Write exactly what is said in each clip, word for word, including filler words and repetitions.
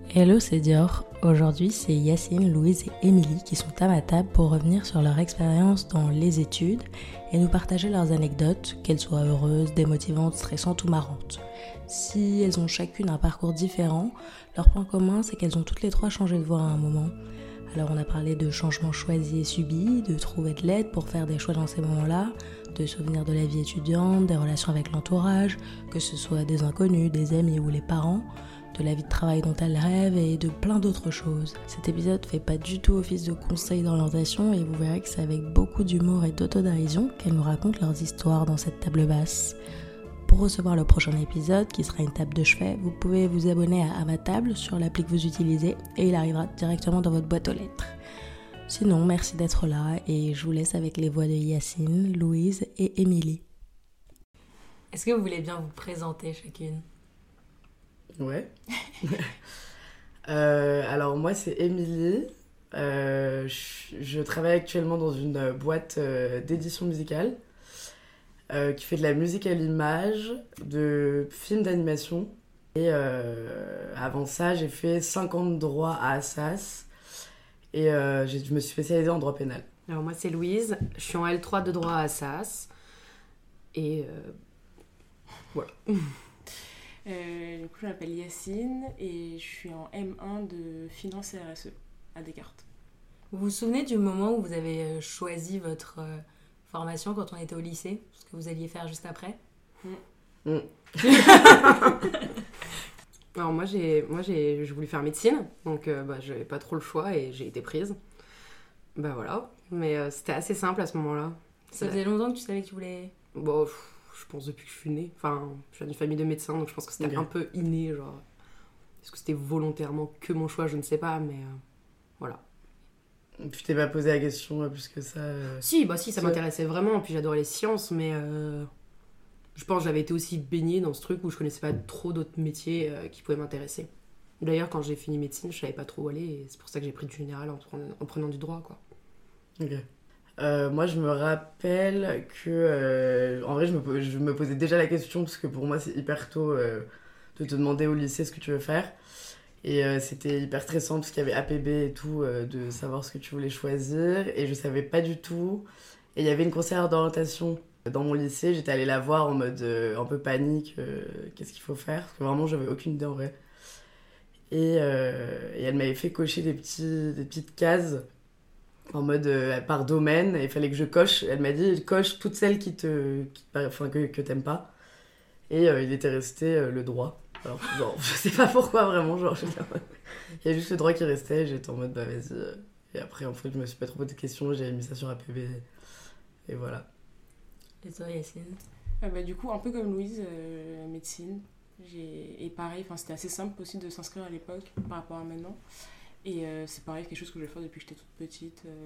Hello, c'est Dior. Aujourd'hui, c'est Yacine, Louise et Émilie qui sont à ma table pour revenir sur leur expérience dans les études et nous partager leurs anecdotes, qu'elles soient heureuses, démotivantes, stressantes ou marrantes. Si elles ont chacune un parcours différent, leur point commun, c'est qu'elles ont toutes les trois changé de voie à un moment. Alors on a parlé de changements choisis et subis, de trouver de l'aide pour faire des choix dans ces moments-là, de souvenirs de la vie étudiante, des relations avec l'entourage, que ce soit des inconnus, des amis ou les parents, de la vie de travail dont elles rêvent et de plein d'autres choses. Cet épisode fait pas du tout office de conseil d'orientation et vous verrez que c'est avec beaucoup d'humour et d'autodérision qu'elles nous racontent leurs histoires dans cette table basse. Pour recevoir le prochain épisode, qui sera une table de chevet, vous pouvez vous abonner à, à ma table sur l'appli que vous utilisez et il arrivera directement dans votre boîte aux lettres. Sinon, merci d'être là et je vous laisse avec les voix de Yacine, Louise et Émilie. Est-ce que vous voulez bien vous présenter chacune ? Ouais. euh, alors moi c'est Émilie. Euh, je, je travaille actuellement dans une boîte euh, d'édition musicale euh, qui fait de la musique à l'image, de films d'animation. Et euh, avant ça, j'ai fait cinq ans de droit à Assas et euh, j'ai, je me suis spécialisée en droit pénal. Alors moi c'est Louise, je suis en L trois de droit à Assas et euh, voilà. Euh, du coup, je m'appelle Yacine et je suis en M un de finance et R S E à Descartes. Vous vous souvenez du moment où vous avez choisi votre euh, formation quand on était au lycée ? Ce que vous alliez faire juste après ? mm. Mm. Alors moi, j'ai, moi j'ai, j'ai voulu faire médecine, donc euh, bah, j'avais pas trop le choix et j'ai été prise. Bah voilà, mais euh, c'était assez simple à ce moment-là. Ça faisait longtemps que tu savais que tu voulais... Bon, pff, je pense depuis que je suis née. Enfin, je viens d'une famille de médecins, donc je pense que c'était okay. un peu inné, genre... Est-ce que c'était volontairement que mon choix ? Je ne sais pas, mais euh, voilà. Tu t'es pas posé la question euh, plus que ça euh... Si, bah si, ça m'intéressait vraiment, puis j'adorais les sciences, mais... Euh, je pense que j'avais été aussi baignée dans ce truc où je connaissais pas trop d'autres métiers euh, qui pouvaient m'intéresser. D'ailleurs, quand j'ai fini médecine, je savais pas trop où aller, et c'est pour ça que j'ai pris du général en prenant, en prenant du droit, quoi. Ok. Euh, moi, je me rappelle que... Euh, en vrai, je me, je me posais déjà la question, parce que pour moi, c'est hyper tôt euh, de te demander au lycée ce que tu veux faire. Et euh, c'était hyper stressant, parce qu'il y avait A P B et tout, euh, de savoir ce que tu voulais choisir. Et je savais pas du tout. Et il y avait une conseillère d'orientation dans mon lycée. J'étais allée la voir en mode euh, un peu panique. Euh, qu'est-ce qu'il faut faire ? Parce que vraiment, j'avais aucune idée en vrai. Et, euh, et elle m'avait fait cocher des, petits, des petites cases en mode euh, par domaine, et il fallait que je coche. Elle m'a dit coche toutes celles qui te, qui, enfin, que, que t'aimes pas. Et euh, il était resté euh, le droit. Alors, genre, je sais pas pourquoi vraiment, genre, il y a juste le droit qui restait, j'étais en mode bah vas-y. Et après, en fait, je me suis pas trop posé de questions, j'avais mis ça sur A P B. Et voilà. Et toi, Yacine ? euh, bah, Du coup, un peu comme Louise, euh, médecine. J'ai... Et pareil, c'était assez simple aussi de s'inscrire à l'époque par rapport à maintenant. Et euh, c'est pareil, quelque chose que je vais faire depuis que j'étais toute petite. Euh...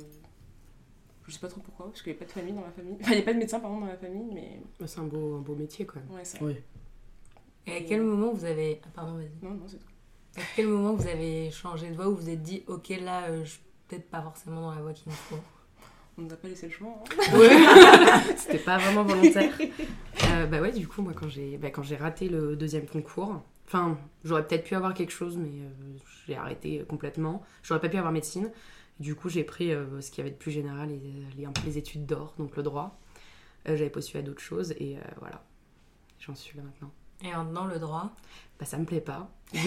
Je sais pas trop pourquoi, parce qu'il n'y a pas de famille dans ma famille. Enfin, il n'y a pas de médecin, pardon, dans ma famille, mais... C'est un beau, un beau métier, quand même. Ouais, ça. Oui. Et à quel moment vous avez... Ah, pardon, vas-y. Non, non, c'est tout. À quel moment vous avez changé de voie, où vous vous êtes dit, ok, là, euh, je suis peut-être pas forcément dans la voie qu'il me faut ? On nous a pas laissé le choix, hein. Ouais. C'était pas vraiment volontaire. Euh, bah ouais, du coup, moi, quand j'ai, bah, quand j'ai raté le deuxième concours... Enfin, j'aurais peut-être pu avoir quelque chose, mais euh, j'ai arrêté complètement. J'aurais pas pu avoir médecine. Du coup, j'ai pris euh, ce qu'il y avait de plus général, les, les, un peu les études d'or, donc le droit. Euh, j'avais postulé à d'autres choses et euh, voilà. J'en suis là maintenant. Et maintenant, le droit ? Bah, ça me plaît pas.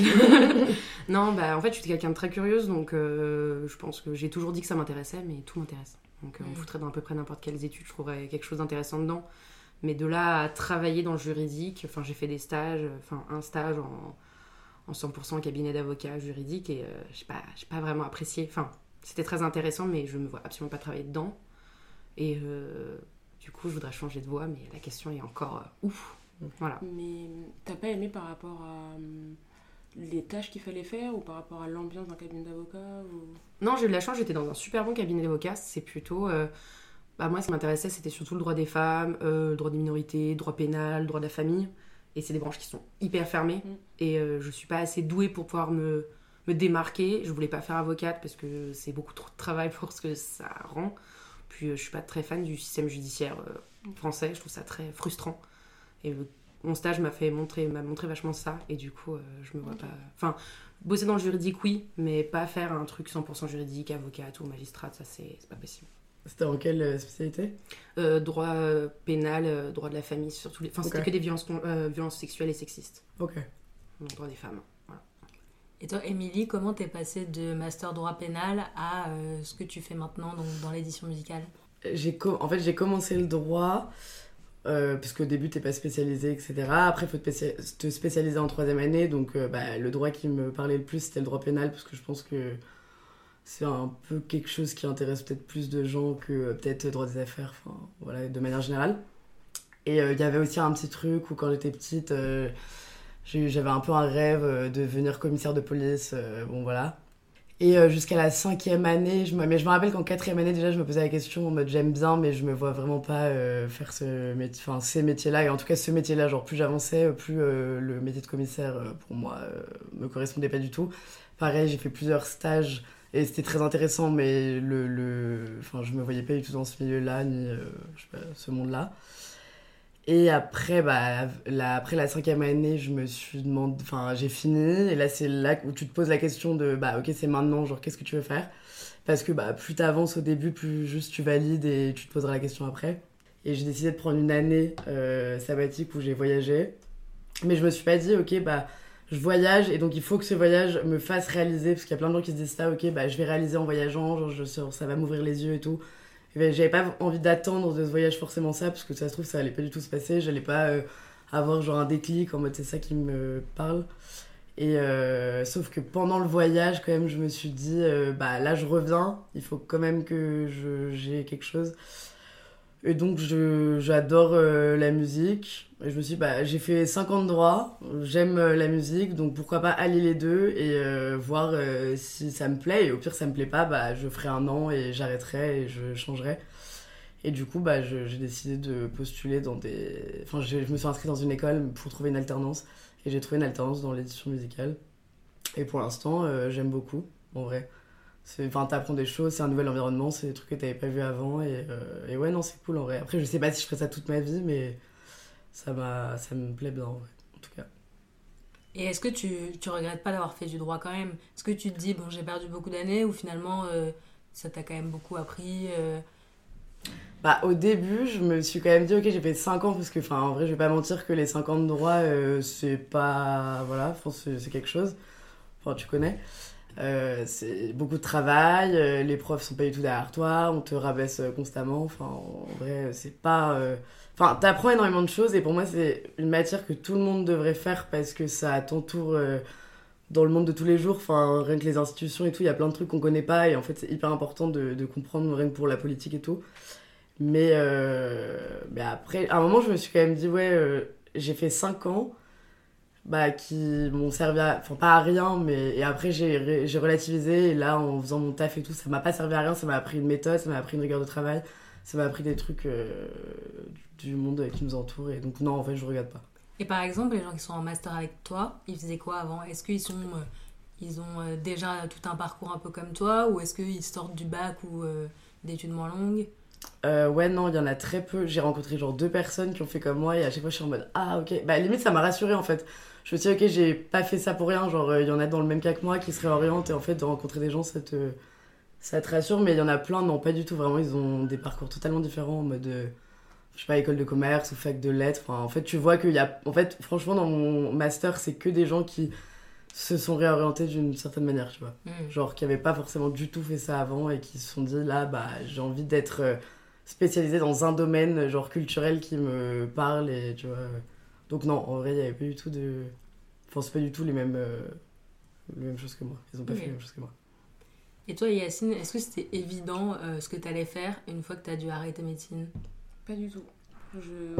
Non, bah, en fait, je suis quelqu'un de très curieuse, donc euh, je pense que j'ai toujours dit que ça m'intéressait, mais tout m'intéresse. Donc, euh, mmh. on me foutrait dans à peu près n'importe quelles études, je trouverais quelque chose d'intéressant dedans. Mais de là à travailler dans le juridique, enfin, j'ai fait des stages, enfin un stage en, en cent pour cent cabinet d'avocat juridique et euh, j'ai pas, j'ai pas vraiment apprécié. Enfin, c'était très intéressant, mais je me vois absolument pas travailler dedans. Et euh, du coup, je voudrais changer de voie, mais la question est encore euh, ouf. Voilà. Mais t'as pas aimé par rapport à euh, les tâches qu'il fallait faire ou par rapport à l'ambiance d'un cabinet d'avocat ou... Non, j'ai eu de la chance, j'étais dans un super bon cabinet d'avocat. C'est plutôt... Euh, Bah moi, ce qui m'intéressait, c'était surtout le droit des femmes, euh, le droit des minorités, le droit pénal, le droit de la famille. Et c'est des branches qui sont hyper fermées. Mmh. Et euh, je suis pas assez douée pour pouvoir me, me démarquer. Je voulais pas faire avocate parce que c'est beaucoup trop de travail pour ce que ça rend. Puis euh, je suis pas très fan du système judiciaire euh, français. Je trouve ça très frustrant. Et euh, mon stage m'a fait montrer, m'a montré vachement ça, et du coup, euh, je me vois pas... Enfin, bosser dans le juridique, oui, mais pas faire un truc cent pour cent juridique, avocate ou magistrate, ça, c'est, c'est pas possible. C'était en quelle spécialité ? euh, Droit euh, pénal, euh, droit de la famille, surtout les... Enfin, c'était Okay. que des violences, euh, violences sexuelles et sexistes. Ok. Donc, droit des femmes. Voilà. Et toi, Émilie, comment t'es passée de master droit pénal à euh, ce que tu fais maintenant donc, dans l'édition musicale ? J'ai co- en fait, j'ai commencé le droit, euh, parce qu'au début, t'es pas spécialisé, et cetera. Après, il faut te, spécia- te spécialiser en troisième année. Donc, euh, bah, le droit qui me parlait le plus, c'était le droit pénal, parce que je pense que c'est un peu quelque chose qui intéresse peut-être plus de gens que euh, peut-être le droit des affaires, enfin, voilà, de manière générale. Et il euh, y avait aussi un petit truc où, quand j'étais petite, euh, j'ai- j'avais un peu un rêve euh, de devenir commissaire de police, euh, bon, voilà. Et euh, jusqu'à la cinquième année, je me... mais je me rappelle qu'en quatrième année, déjà, je me posais la question en mode j'aime bien, mais je me vois vraiment pas euh, faire ce métier... enfin, ces métiers-là. Et en tout cas, ce métier-là, genre, plus j'avançais, plus euh, le métier de commissaire, euh, pour moi, euh, me correspondait pas du tout. Pareil, j'ai fait plusieurs stages et c'était très intéressant, mais le, le... Enfin, je me voyais pas du tout dans ce milieu-là, ni euh, je sais pas, ce monde-là. Et après, bah, la, après la cinquième année, je me suis demandé, enfin, j'ai fini, et là, c'est là où tu te poses la question de, bah, ok, c'est maintenant, genre, qu'est-ce que tu veux faire ? Parce que, bah, plus t'avances au début, plus juste tu valides et tu te poseras la question après. Et j'ai décidé de prendre une année euh, sabbatique où j'ai voyagé. Mais je me suis pas dit, ok, bah, je voyage, et donc il faut que ce voyage me fasse réaliser, parce qu'il y a plein de gens qui se disent ça, ok, bah, je vais réaliser en voyageant, genre, je, ça va m'ouvrir les yeux et tout. Ben, j'avais pas envie d'attendre de ce voyage forcément ça, parce que ça se trouve ça allait pas du tout se passer, j'allais pas euh, avoir genre un déclic en mode c'est ça qui me parle. Et euh, sauf que pendant le voyage quand même je me suis dit euh, bah là je reviens, il faut quand même que je, j'ai quelque chose. Et donc je, j'adore euh, la musique. Et je me suis dit, bah, j'ai fait cinq ans de droit, j'aime euh, la musique, donc pourquoi pas allier les deux et euh, voir euh, si ça me plaît. Et au pire, ça me plaît pas, bah, je ferai un an et j'arrêterai et je changerai. Et du coup, bah, je, j'ai décidé de postuler dans des... Enfin, je, je me suis inscrite dans une école pour trouver une alternance. Et j'ai trouvé une alternance dans l'édition musicale. Et pour l'instant, euh, j'aime beaucoup, en vrai. C'est, enfin, t'apprends des choses, c'est un nouvel environnement, c'est des trucs que t'avais pas vu avant. Et, euh, et ouais, non, c'est cool en vrai. Après, je sais pas si je ferai ça toute ma vie, mais ça, m'a, ça me plaît bien en vrai, en tout cas. Et est-ce que tu, tu regrettes pas d'avoir fait du droit quand même ? Est-ce que tu te dis, bon, j'ai perdu beaucoup d'années ou finalement euh, ça t'a quand même beaucoup appris euh... Bah, au début, je me suis quand même dit, ok, j'ai fait cinq ans, parce que, enfin, en vrai, je vais pas mentir que les cinq ans de droit, euh, c'est pas. Voilà, enfin, c'est, c'est quelque chose. Enfin, tu connais. Euh, c'est beaucoup de travail, euh, les profs sont pas du tout derrière toi, on te rabaisse euh, constamment. Enfin, en vrai, c'est pas. euh, Enfin, t'apprends énormément de choses, et pour moi, c'est une matière que tout le monde devrait faire parce que ça t'entoure euh, dans le monde de tous les jours. Enfin, rien que les institutions et tout, il y a plein de trucs qu'on connaît pas, et en fait, c'est hyper important de, de comprendre rien que pour la politique et tout. Mais, euh, mais après, à un moment, je me suis quand même dit, ouais, euh, j'ai fait cinq ans bah, qui m'ont servi à... Enfin, pas à rien, mais... Et après, j'ai, ré- j'ai relativisé, et là, en faisant mon taf et tout, ça m'a pas servi à rien, ça m'a appris une méthode, ça m'a appris une rigueur de travail, ça m'a appris des trucs euh, du du monde qui nous entoure, et donc non, en fait, je regarde pas. Et par exemple, les gens qui sont en master avec toi, ils faisaient quoi avant ? Est-ce qu'ils sont, euh, ils ont euh, déjà tout un parcours un peu comme toi, ou est-ce qu'ils sortent du bac ou euh, d'études moins longues ? Euh, ouais, non, il y en a très peu. J'ai rencontré genre deux personnes qui ont fait comme moi, et à chaque fois, je suis en mode, ah, ok. Bah, limite, ça m'a rassurée, en fait. Je me suis dit, ok, j'ai pas fait ça pour rien. Genre, il y en a dans le même cas que moi qui se réorientent, et en fait, de rencontrer des gens, ça te, ça te rassure. Mais il y en a plein, non, pas du tout. Vraiment, ils ont des parcours totalement différents, en mode, euh, je sais pas, école de commerce ou fac de lettres. Enfin, en fait, tu vois qu'il y a. En fait, franchement, dans mon master, c'est que des gens qui se sont réorientés d'une certaine manière, tu vois. Mmh. Genre, qui avaient pas forcément du tout fait ça avant, et qui se sont dit, là, bah, j'ai envie d'être euh, spécialisée dans un domaine, genre culturel, qui me parle, et tu vois. Donc, non, en vrai, il y avait pas du tout de. Enfin, c'est pas du tout les mêmes, euh, les mêmes choses que moi. Ils ont pas Ok. fait les mêmes choses que moi. Et toi, Yacine, est-ce que c'était évident euh, ce que t'allais faire une fois que t'as dû arrêter médecine ? Pas du tout. Je...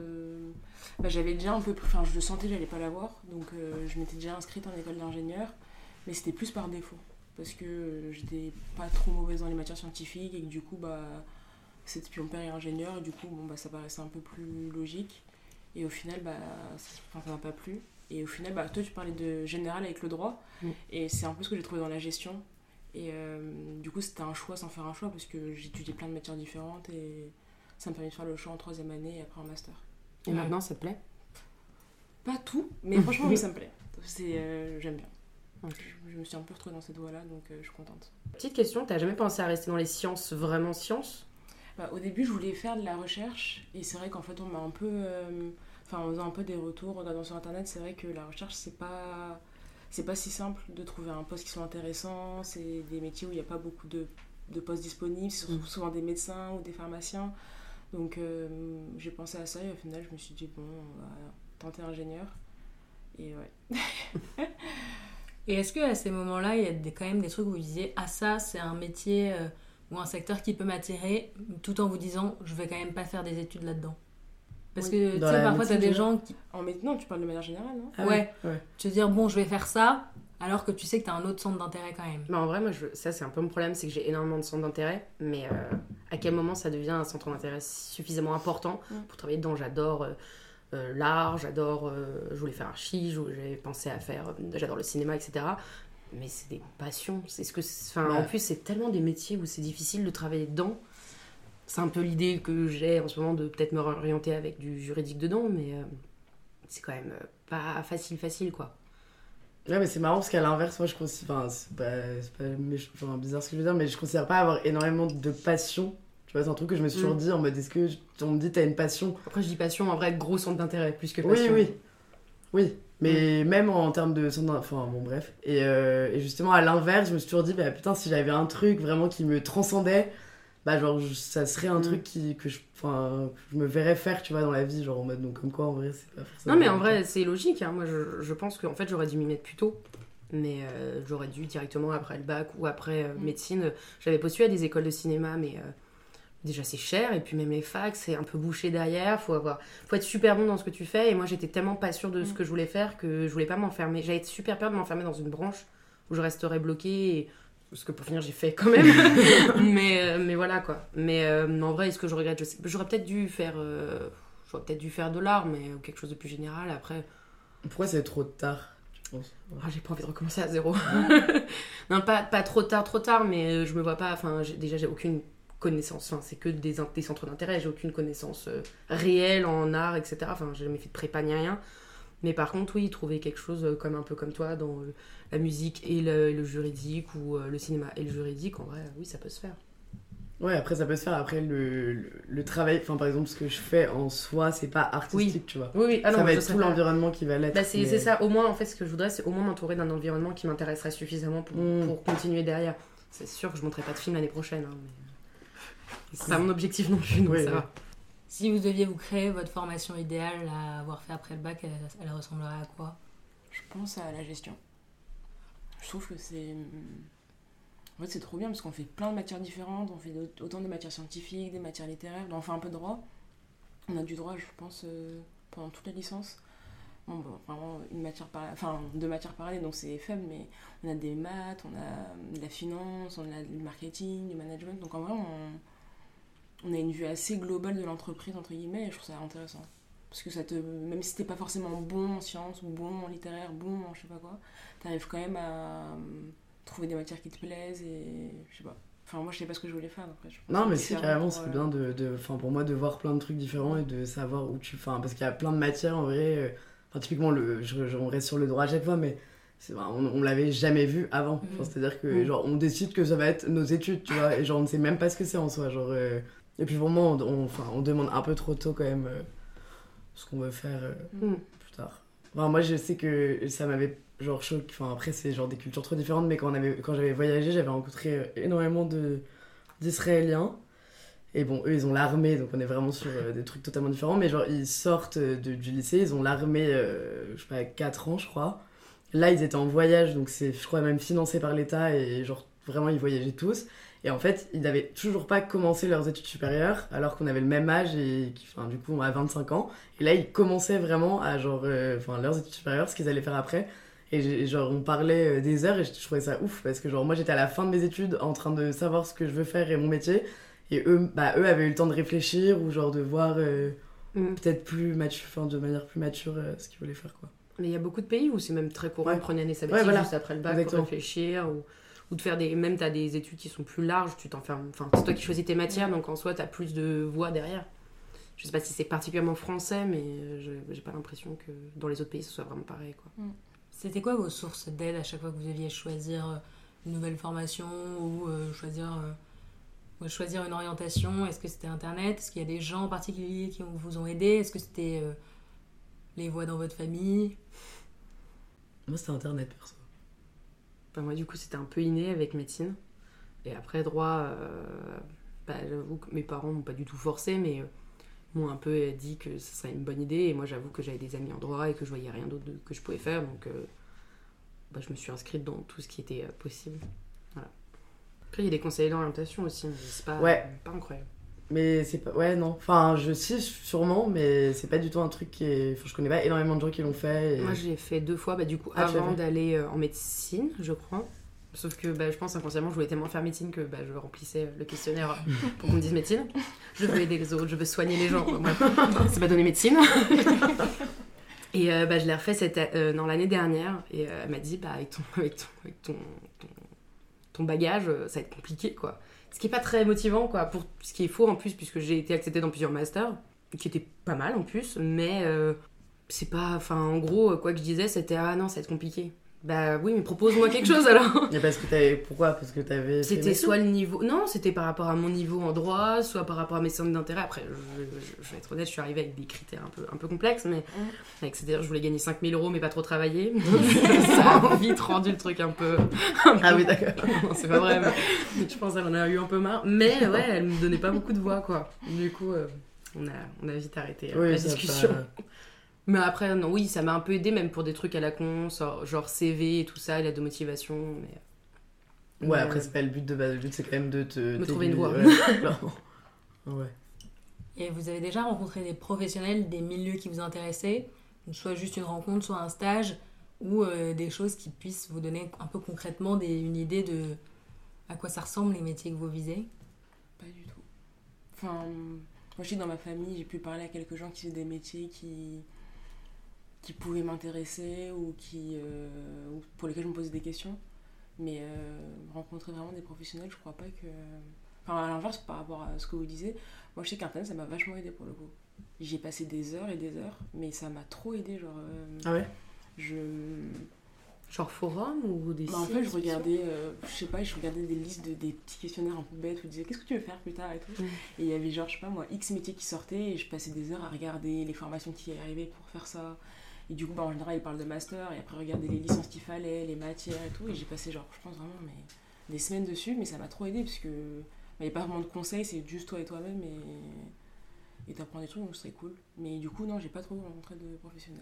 Bah, j'avais déjà un peu... Enfin, je le sentais, j'allais pas l'avoir. Donc, euh, je m'étais déjà inscrite en école d'ingénieur. Mais c'était plus par défaut. Parce que euh, j'étais pas trop mauvaise dans les matières scientifiques. Et que du coup, bah... C'était... Puis mon père est ingénieur. Et du coup, bon, bah, ça paraissait un peu plus logique. Et au final, bah... Ça enfin, ça m'a pas plu. Et au final, bah, toi, tu parlais de général avec le droit. Mm. Et c'est un peu ce que j'ai trouvé dans la gestion. Et euh, du coup, c'était un choix sans faire un choix. Parce que j'étudiais plein de matières différentes. Et... ça me permet de faire le choix en troisième année et après en master. Et Ouais. maintenant, ça te plaît ? Pas tout, mais franchement, oui, ça me plaît. C'est, euh, j'aime bien. Donc, je, je me suis un peu retrouvée dans cette voie-là, donc euh, je suis contente. Petite question, t'as jamais pensé à rester dans les sciences, vraiment sciences ? Bah, au début, je voulais faire de la recherche, et c'est vrai qu'en fait, on m'a un peu... euh, Enfin, en faisant un peu des retours, en regardant sur Internet, c'est vrai que la recherche, c'est pas... C'est pas si simple de trouver un poste qui soit intéressant, c'est des métiers où il n'y a pas beaucoup de, de postes disponibles, c'est Mm. souvent des médecins ou des pharmaciens. Donc euh, j'ai pensé à ça et au final je me suis dit bon, on va tenter ingénieur. Et ouais. Et est-ce qu'à ces moments-là, il y a des, quand même des trucs où vous disiez « Ah ça, c'est un métier euh, ou un secteur qui peut m'attirer » tout en vous disant « Je vais quand même pas faire des études là-dedans ». Parce Oui. que tu Dans sais, la parfois t'as médecine, des tu vois. gens qui... En maintenant, tu parles de manière générale, non? Ah ouais. ouais. te dire « Bon, je vais faire ça », alors que tu sais que t'as un autre centre d'intérêt quand même. Bah en vrai, moi, je... ça c'est un peu mon problème, c'est que j'ai énormément de centres d'intérêt, mais euh, à quel moment ça devient un centre d'intérêt suffisamment important Mm. pour travailler dedans? J'adore euh, euh, l'art, j'adore, euh, je voulais faire archi, j'avais pensé à faire, euh, j'adore le cinéma, et cetera. Mais c'est des passions. C'est ce que, enfin, Ouais. en plus, c'est tellement des métiers où c'est difficile de travailler dedans. C'est un peu l'idée que j'ai en ce moment de peut-être me réorienter avec du juridique dedans, mais euh, c'est quand même euh, pas facile, facile quoi. Ouais, mais c'est marrant parce qu'à l'inverse, moi je considère. Enfin, c'est pas, c'est pas méchant, enfin, bizarre ce que je veux dire, mais je considère pas avoir énormément de passion. Tu vois, c'est un truc que je me suis toujours Mm. dit en mode est-ce que on me dit t'as une passion? Après, je dis passion, en vrai, gros centre d'intérêt, plus que Oui, passion. oui. Oui. Mais même en termes de. Enfin, bon, bref. Et, euh, et justement, à l'inverse, je me suis toujours dit, bah putain, si j'avais un truc vraiment qui me transcendait, bah genre, je- ça serait un Mm. truc qui, que, je, enfin, que je me verrais faire, tu vois, dans la vie. Genre en mode, donc comme quoi, en vrai, c'est pas forcément. Non, mais en vrai, c'est logique. Hein. Moi, je, je pense qu'en fait, j'aurais dû m'y mettre plus tôt. Mais euh, j'aurais dû directement après le bac ou après euh, Mm. médecine. J'avais postulé à des écoles de cinéma, mais euh, déjà, c'est cher. Et puis, même les facs, c'est un peu bouché derrière. Faut avoir, faut être super bon dans ce que tu fais. Et moi, j'étais tellement pas sûre de ce Mm. que je voulais faire que je voulais pas m'enfermer. J'avais super peur de m'enfermer dans une branche où je resterais bloquée. Et... Ce que pour finir, j'ai fait quand même. mais, euh, mais voilà, quoi. Mais euh, en vrai, est-ce que je regrette? Je sais... J'aurais peut-être dû faire... Euh... J'aurais peut-être dû faire de l'art, mais quelque chose de plus général. Après... Pourquoi c'est trop tard, tu penses? Ah, j'ai pas envie de recommencer à zéro. Non, pas, pas trop tard, trop tard, mais je me vois pas. Enfin, j'ai- déjà, j'ai aucune connaissance. Enfin, c'est que des, in- des centres d'intérêt. J'ai aucune connaissance euh, réelle en art, et cetera. Enfin, j'ai jamais fait de prépa ni rien. Mais par contre, oui, trouver quelque chose euh, comme un peu comme toi dans euh, la musique et le, le juridique ou euh, le cinéma et le juridique, en vrai, oui, ça peut se faire. Ouais, après, ça peut se faire. Après, le, le, le travail, enfin, par exemple, ce que je fais en soi, c'est pas artistique, tu vois. Oui, oui. Ah non, ça va je être sais tout pas. l'environnement qui va l'être. Bah, c'est mais- c'est ça, au moins en fait ce que je voudrais c'est au moins m'entourer d'un environnement qui m'intéresserait suffisamment pour, Mm. pour continuer derrière. C'est sûr que je ne monterai pas de film l'année prochaine, hein, mais c'est pas mon objectif non plus, donc Oui, ça oui. va. Si vous deviez vous créer votre formation idéale à avoir fait après le bac, elle, elle ressemblerait à quoi? Je pense à la gestion. Je trouve que c'est... En fait, c'est trop bien parce qu'on fait plein de matières différentes. On fait autant des matières scientifiques, des matières littéraires. On fait un peu de droit. On a du droit, je pense, euh, pendant toute la licence. Bon, bon, vraiment une matière par... enfin, deux matières par année, donc c'est faible, mais on a des maths, on a de la finance, on a du marketing, du management. Donc en vrai, on, on a une vue assez globale de l'entreprise, entre guillemets, et je trouve ça intéressant. Parce que ça te... même si t'es pas forcément bon en sciences, ou bon en littéraire, bon en je sais pas quoi, t'arrives quand même à euh, trouver des matières qui te plaisent, et je sais pas. Enfin, moi, je sais pas ce que je voulais faire, après. Je pense Non, que mais c'est si, différent carrément, pour, c'est euh, bien de, de, enfin, pour moi de voir plein de trucs différents et de savoir où tu. Enfin, parce qu'il y a plein de matières en vrai. euh, Enfin, typiquement, le, je, je- on reste sur le droit à chaque fois, mais c'est- enfin, on, on l'avait jamais vu avant. Enfin, Mhm. c'est-à-dire que, Mhm. genre, on décide que ça va être nos études, tu vois, et genre, on ne sait même pas ce que c'est en soi. Genre, euh, Et puis, vraiment, on, on, enfin, on demande un peu trop tôt quand même euh, ce qu'on veut faire euh, Mm. plus tard. Enfin, moi, je sais que ça m'avait genre choqué. Enfin, après, c'est genre des cultures trop différentes, mais quand, on avait, quand j'avais voyagé, j'avais rencontré euh, énormément de, d'Israéliens. Et bon, eux, ils ont l'armée, donc on est vraiment sur euh, des trucs totalement différents. Mais genre, ils sortent euh, de- du lycée, ils ont l'armée, euh, je sais pas, quatre ans, je crois. Là, ils étaient en voyage, donc c'est, je crois, même financé par l'État. Et genre, vraiment, ils voyageaient tous. Et en fait, ils n'avaient toujours pas commencé leurs études supérieures, alors qu'on avait le même âge, et qui- enfin, du coup, on a vingt-cinq ans. Et là, ils commençaient vraiment à, genre, euh, enfin, leurs études supérieures, ce qu'ils allaient faire après. Et j'ai- genre, on parlait euh, des heures, et je trouvais ça ouf, parce que genre, moi, j'étais à la fin de mes études, en train de savoir ce que je veux faire et mon métier. Et eux, bah, eux avaient eu le temps de réfléchir, ou genre de voir euh, Mm. peut-être plus mature, enfin, de manière plus mature euh, ce qu'ils voulaient faire, quoi. Mais il y a beaucoup de pays où c'est même très courant Ouais. de prendre une année sabbatique Ouais, voilà. juste après le bac Exactement. pour réfléchir ou, ou de faire des... Même t'as des études qui sont plus larges, tu t'enfermes... Enfin, c'est toi qui choisis tes matières, donc en soi t'as plus de voix derrière. Je sais pas si c'est particulièrement français, mais je, j'ai pas l'impression que dans les autres pays, ce soit vraiment pareil, quoi. Mm. C'était quoi vos sources d'aide à chaque fois que vous deviez choisir une nouvelle formation ou euh, choisir, euh, choisir une orientation? Est-ce que c'était Internet? Est-ce qu'il y a des gens en particulier qui vous ont aidé? Est-ce que c'était euh, les voix dans votre famille? Moi, c'était Internet, perso. Bah, moi, du coup, c'était un peu inné avec médecine. Et après, droit, euh, bah, j'avoue que mes parents m'ont pas du tout forcé, mais euh, m'ont un peu dit que ce serait une bonne idée. Et moi, j'avoue que j'avais des amis en droit et que je voyais rien d'autre de, que je pouvais faire. Donc, euh, bah, je me suis inscrite dans tout ce qui était euh, possible. Voilà. Après, il y a des conseillers d'orientation aussi, mais c'est pas, ouais. pas incroyable. Mais c'est pas... Ouais, non. Enfin, je sais sûrement, mais c'est pas du tout un truc qui est... Enfin, je connais pas énormément de gens qui l'ont fait. Et... Moi, je l'ai fait deux fois, bah, du coup, ah, avant d'aller euh, en médecine, je crois. Sauf que bah, je pense inconsciemment, je voulais tellement faire médecine que bah, je remplissais le questionnaire pour qu'on me dise médecine. Je veux aider les autres, je veux soigner les gens. Moi, c'est pas donner médecine. Et euh, bah, je l'ai refait cette, euh, dans l'année dernière. Et euh, elle m'a dit, bah, avec, ton, avec, ton, avec ton, ton, ton bagage, ça va être compliqué, quoi. Ce qui est pas très motivant, quoi. Pour ce qui est faux en plus, puisque j'ai été acceptée dans plusieurs masters, qui étaient pas mal en plus, mais euh, c'est pas. Enfin, en gros, quoi que je disais, c'était ah non, ça va être compliqué. Bah oui, mais propose-moi quelque chose alors. Et parce que t'avais... Pourquoi? Parce que t'avais... C'était soit le niveau... Non, c'était par rapport à mon niveau en droit, soit par rapport à mes centres d'intérêt. Après, je, je, je vais être honnête, je suis arrivée avec des critères un peu, un peu complexes, mais... Mm. Avec, c'est-à-dire, je voulais gagner cinq mille euros, mais pas trop travailler. Ça a vite rendu le truc un peu... Un peu... Ah oui, d'accord. Non, c'est pas vrai, mais je pense qu'elle en a eu un peu marre. Mais ouais, elle me donnait pas beaucoup de voix, quoi. Du coup, euh, on, a, on a vite arrêté oui, la discussion. Pas... Mais après, non, oui, ça m'a un peu aidé, même pour des trucs à la con, genre C V et tout ça, et l'aide de motivation. Mais... Ouais, mais... après, c'est pas le but de base. Le but, c'est quand même de te... Me trouver une voie. Ouais. ouais. Et vous avez déjà rencontré des professionnels des milieux qui vous intéressaient, soit juste une rencontre, soit un stage, ou euh, des choses qui puissent vous donner un peu concrètement des, une idée de à quoi ça ressemble les métiers que vous visez? Pas du tout. Enfin, moi je suis dans ma famille, j'ai pu parler à quelques gens qui faisaient des métiers qui... qui pouvaient m'intéresser ou qui, euh, pour lesquels je me posais des questions. Mais euh, rencontrer vraiment des professionnels, je crois pas que... Enfin, à l'inverse, par rapport à ce que vous disiez, moi je sais qu'Internet, ça m'a vachement aidé pour le coup. J'y ai passé des heures et des heures, mais ça m'a trop aidé, genre... Euh, ah ouais je... Genre forum ou des bah, en fait, je regardais, euh, je sais pas, je regardais des listes de des petits questionnaires un peu bêtes où je disais qu'est-ce que tu veux faire plus tard et tout. Mm. Et il y avait genre, je sais pas moi, X métiers qui sortaient et je passais des heures à regarder les formations qui arrivaient pour faire ça. Et du coup, bah, en général, ils parlent de master et après regarder les licences qu'il fallait, les matières et tout. Et j'ai passé genre, je pense vraiment, mais des semaines dessus, mais ça m'a trop aidé parce que il n'y a pas vraiment de conseils, c'est juste toi et toi-même et et t'apprends des trucs, donc ce serait cool. Mais du coup, non, j'ai pas trop rencontré de professionnels.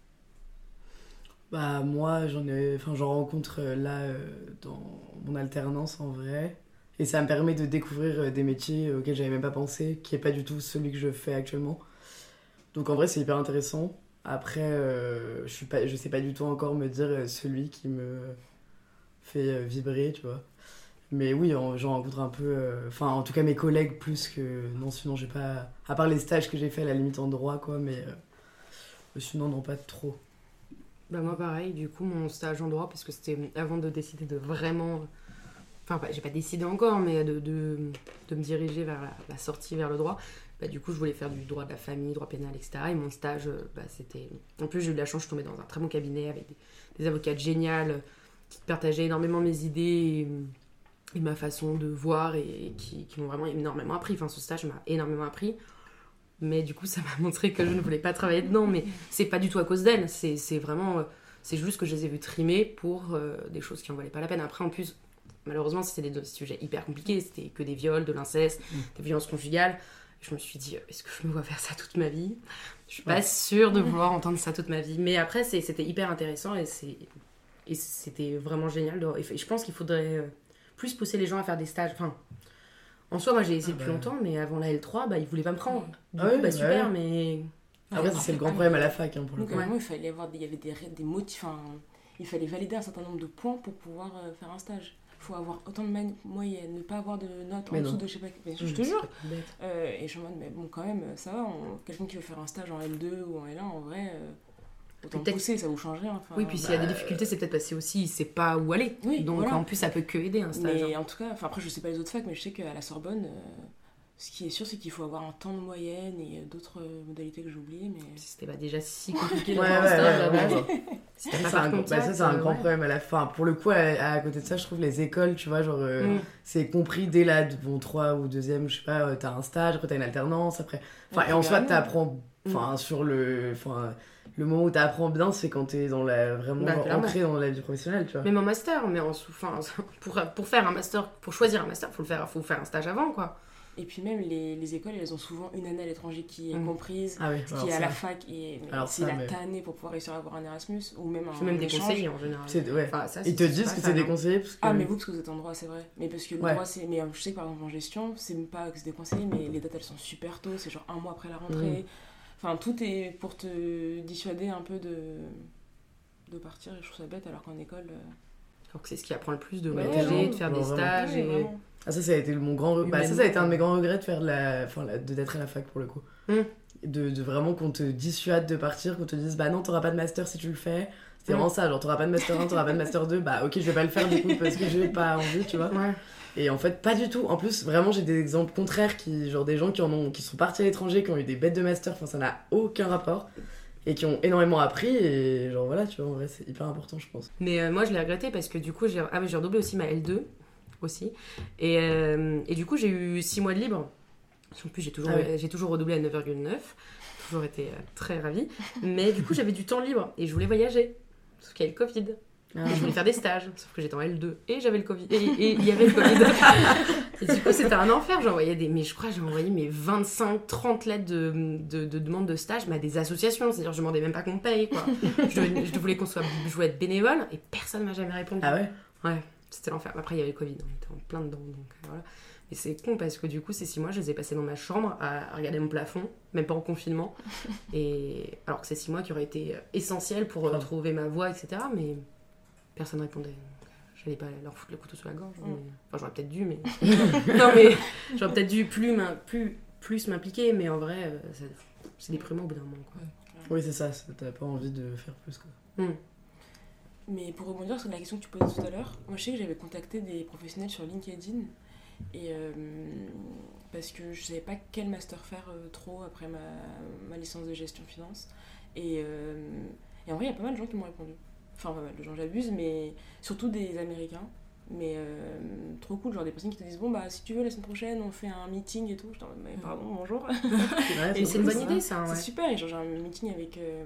Bah moi j'en ai, enfin j'en rencontre là euh, dans mon alternance en vrai, et ça me permet de découvrir euh, des métiers auxquels j'avais même pas pensé, qui est pas du tout celui que je fais actuellement. Donc en vrai c'est hyper intéressant. Après euh, je suis pas, je sais pas du tout encore me dire euh, celui qui me fait euh, vibrer, tu vois. Mais oui, j'en rencontre un peu, enfin euh, en tout cas mes collègues plus que non, sinon j'ai pas, à part les stages que j'ai fait à la limite en droit quoi, mais euh, sinon non pas trop. Bah moi pareil, du coup mon stage en droit, parce que c'était avant de décider de vraiment... Enfin j'ai pas décidé encore, mais de, de, de me diriger vers la, la sortie vers le droit, bah du coup je voulais faire du droit de la famille, droit pénal, et cetera. Et mon stage, bah c'était... En plus j'ai eu de la chance, je tombais dans un très bon cabinet avec des, des avocates géniales qui partageaient énormément mes idées et, et ma façon de voir et, et qui, qui m'ont vraiment énormément appris. Enfin ce stage m'a énormément appris. Mais du coup, ça m'a montré que je ne voulais pas travailler dedans. Mais c'est pas du tout à cause d'elle. C'est, c'est vraiment... C'est juste que je les ai vus trimer pour euh, des choses qui en valaient pas la peine. Après, en plus, malheureusement, c'était des sujets hyper compliqués. C'était que des viols, de l'inceste, mmh. des violences conjugales. Je me suis dit, est-ce que je me vois faire ça toute ma vie ? Je suis pas ouais. sûre de vouloir entendre ça toute ma vie. Mais après, c'est, c'était hyper intéressant et, c'est, et c'était vraiment génial. De, et je pense qu'il faudrait plus pousser les gens à faire des stages. Enfin, en soi, moi, j'ai essayé ah depuis bah... longtemps, mais avant la L trois, bah, ils voulaient pas me prendre. Du ah coup, oui, bah, super, ouais. mais... Après, ça, c'est le grand problème à la fac, hein, pour le coup. Donc, il fallait avoir des, il y avait des, des motifs, enfin, il fallait valider un certain nombre de points pour pouvoir euh, faire un stage. Il faut avoir autant de moyenne, ne pas avoir de notes mais en non. dessous de, je sais pas, mais je mmh, te jure. Euh, et je me demande, mais bon, quand même, ça va, on, quelqu'un qui veut faire un stage en L deux ou en L un, en vrai... Euh, autant peut-être pousser, ça vous change rien. Enfin, oui, puis bah, s'il y a des difficultés, c'est peut-être parce que aussi il sait pas où aller. Oui, donc voilà. En plus, ça peut que aider un stage. Mais en tout cas, enfin après, je sais pas les autres facs, mais je sais qu'à la Sorbonne, euh, Ce qui est sûr, c'est qu'il faut avoir un temps de moyenne et d'autres modalités que j'ai oubliées. Mais... C'était pas déjà si compliqué de Ouais, faire un ouais, stage à la ouais, base. ouais. Si t'as Ça, pas c'est par un, bah, contact, ça, c'est un euh, grand ouais. problème à la fin. Pour le coup, à, à côté de ça, je trouve les écoles, tu vois, genre, euh, Mm. c'est compris dès la bon, trois ou deuxième, je sais pas, euh, t'as un stage, après t'as une alternance, après. Enfin, Ouais, et en soi, premièrement. t'apprends. Enfin, sur le. Enfin, le moment où t'apprends bien, c'est quand t'es dans la, vraiment Bah, genre, clairement. ancré dans la vie professionnelle, tu vois. Même en master, mais en sous- enfin, pour, pour faire un master, pour choisir un master, faut le faire, faut faire un stage avant, quoi. Et puis même, les, les écoles, elles ont souvent une année à l'étranger qui est Mm. comprise, Ah oui, qui alors est à ça, la fac, et mais Alors c'est ça, la mais- tannée pour pouvoir réussir à avoir un Erasmus, ou même Je un fais même des échange. conseils en général. c'est- ouais. Enfin, ça, Ils te c'est- disent pas que ça, c'est non. déconseillé parce que. Ah, mais vous, parce que vous êtes en droit, c'est vrai. Mais parce que le Ouais. droit, c'est. Mais euh, je sais que par exemple en gestion, c'est même pas que c'est déconseillé, mais les dates elles sont super tôt, c'est genre un mois après la rentrée. Enfin, tout est pour te dissuader un peu de. de partir, et je trouve ça bête, alors qu'en école. euh, Alors que c'est ce qui apprend le plus de Ouais, voyager, vraiment. de faire Ouais, des vraiment. stages. ouais, et... vraiment. Ah, ça, ça a été mon grand. re- Bah, ça, ça a Humainement, été un de mes quoi. grands regrets de faire de la. Enfin, la- de d'être à la fac pour le coup. Mm. De, de vraiment qu'on te dissuade de partir, qu'on te dise bah non, t'auras pas de master si tu le fais. C'était Mm. vraiment ça, genre t'auras pas de master un, t'auras pas de master deux, bah ok, je vais pas le faire du coup parce que j'ai pas envie, tu vois. Ouais. Et en fait, pas du tout. En plus, vraiment, j'ai des exemples contraires qui, genre des gens qui en ont, qui sont partis à l'étranger, qui ont eu des bêtes de master, enfin ça n'a aucun rapport. Et qui ont énormément appris, et genre voilà, tu vois, en vrai, c'est hyper important, je pense. Mais euh, moi, je l'ai regretté parce que du coup, j'ai ah, mais j'ai redoublé aussi ma L deux. Aussi. Et, euh, et du coup, j'ai eu six mois de libre. En plus, j'ai toujours, Ah ouais. j'ai toujours redoublé à neuf virgule neuf. Toujours été euh, très ravie. Mais du coup, j'avais du temps libre et je voulais voyager. Sauf qu'il y avait le Covid. Et je voulais faire des stages. Sauf que j'étais en L deux et j'avais le Covid. Et et il y avait le Covid. Et du coup, c'était un enfer. J'envoyais des. Mais je crois que j'ai envoyé mes vingt-cinq trente lettres de, de, de demande de stage, mais à des associations. C'est-à-dire, je demandais même pas qu'on me paye, quoi. Je, devais- je voulais qu'on soit. Je voulais être bénévole et personne m'a jamais répondu. Ah ouais? Ouais, c'était l'enfer. Après, il y avait le Covid, on était en plein dedans, donc euh, voilà. Et c'est con parce que du coup, ces six mois, je les ai passés dans ma chambre à, à regarder mon plafond, même pas en confinement. Et alors que ces six mois qui auraient été euh, essentiels pour euh, trouver ma voie, et cetera. Mais personne répondait. Donc, euh, j'allais pas leur foutre le couteau sous la gorge. Mm. mais- Enfin, j'aurais peut-être dû, mais. non, mais j'aurais peut-être dû plus, m'im- plus, plus m'impliquer, mais en vrai, euh, ça- c'est déprimant au bout d'un moment, quoi. Oui, c'est ça, c'est- t'as pas envie de faire plus, quoi. Mm. Mais pour rebondir sur la question que tu posais tout à l'heure, moi je sais que j'avais contacté des professionnels sur LinkedIn et euh, parce que je savais pas quel master faire euh, trop après ma, ma licence de gestion finance et, euh, et en vrai il y a pas mal de gens qui m'ont répondu, enfin pas mal de gens, j'abuse, mais surtout des Américains, mais euh, trop cool, genre des personnes qui te disent bon bah si tu veux la semaine prochaine on fait un meeting et tout, je dis mais pardon bonjour. Ouais, Et c'est une cool, bonne ça. idée, ça, ouais. C'est super, et genre j'ai un meeting avec euh,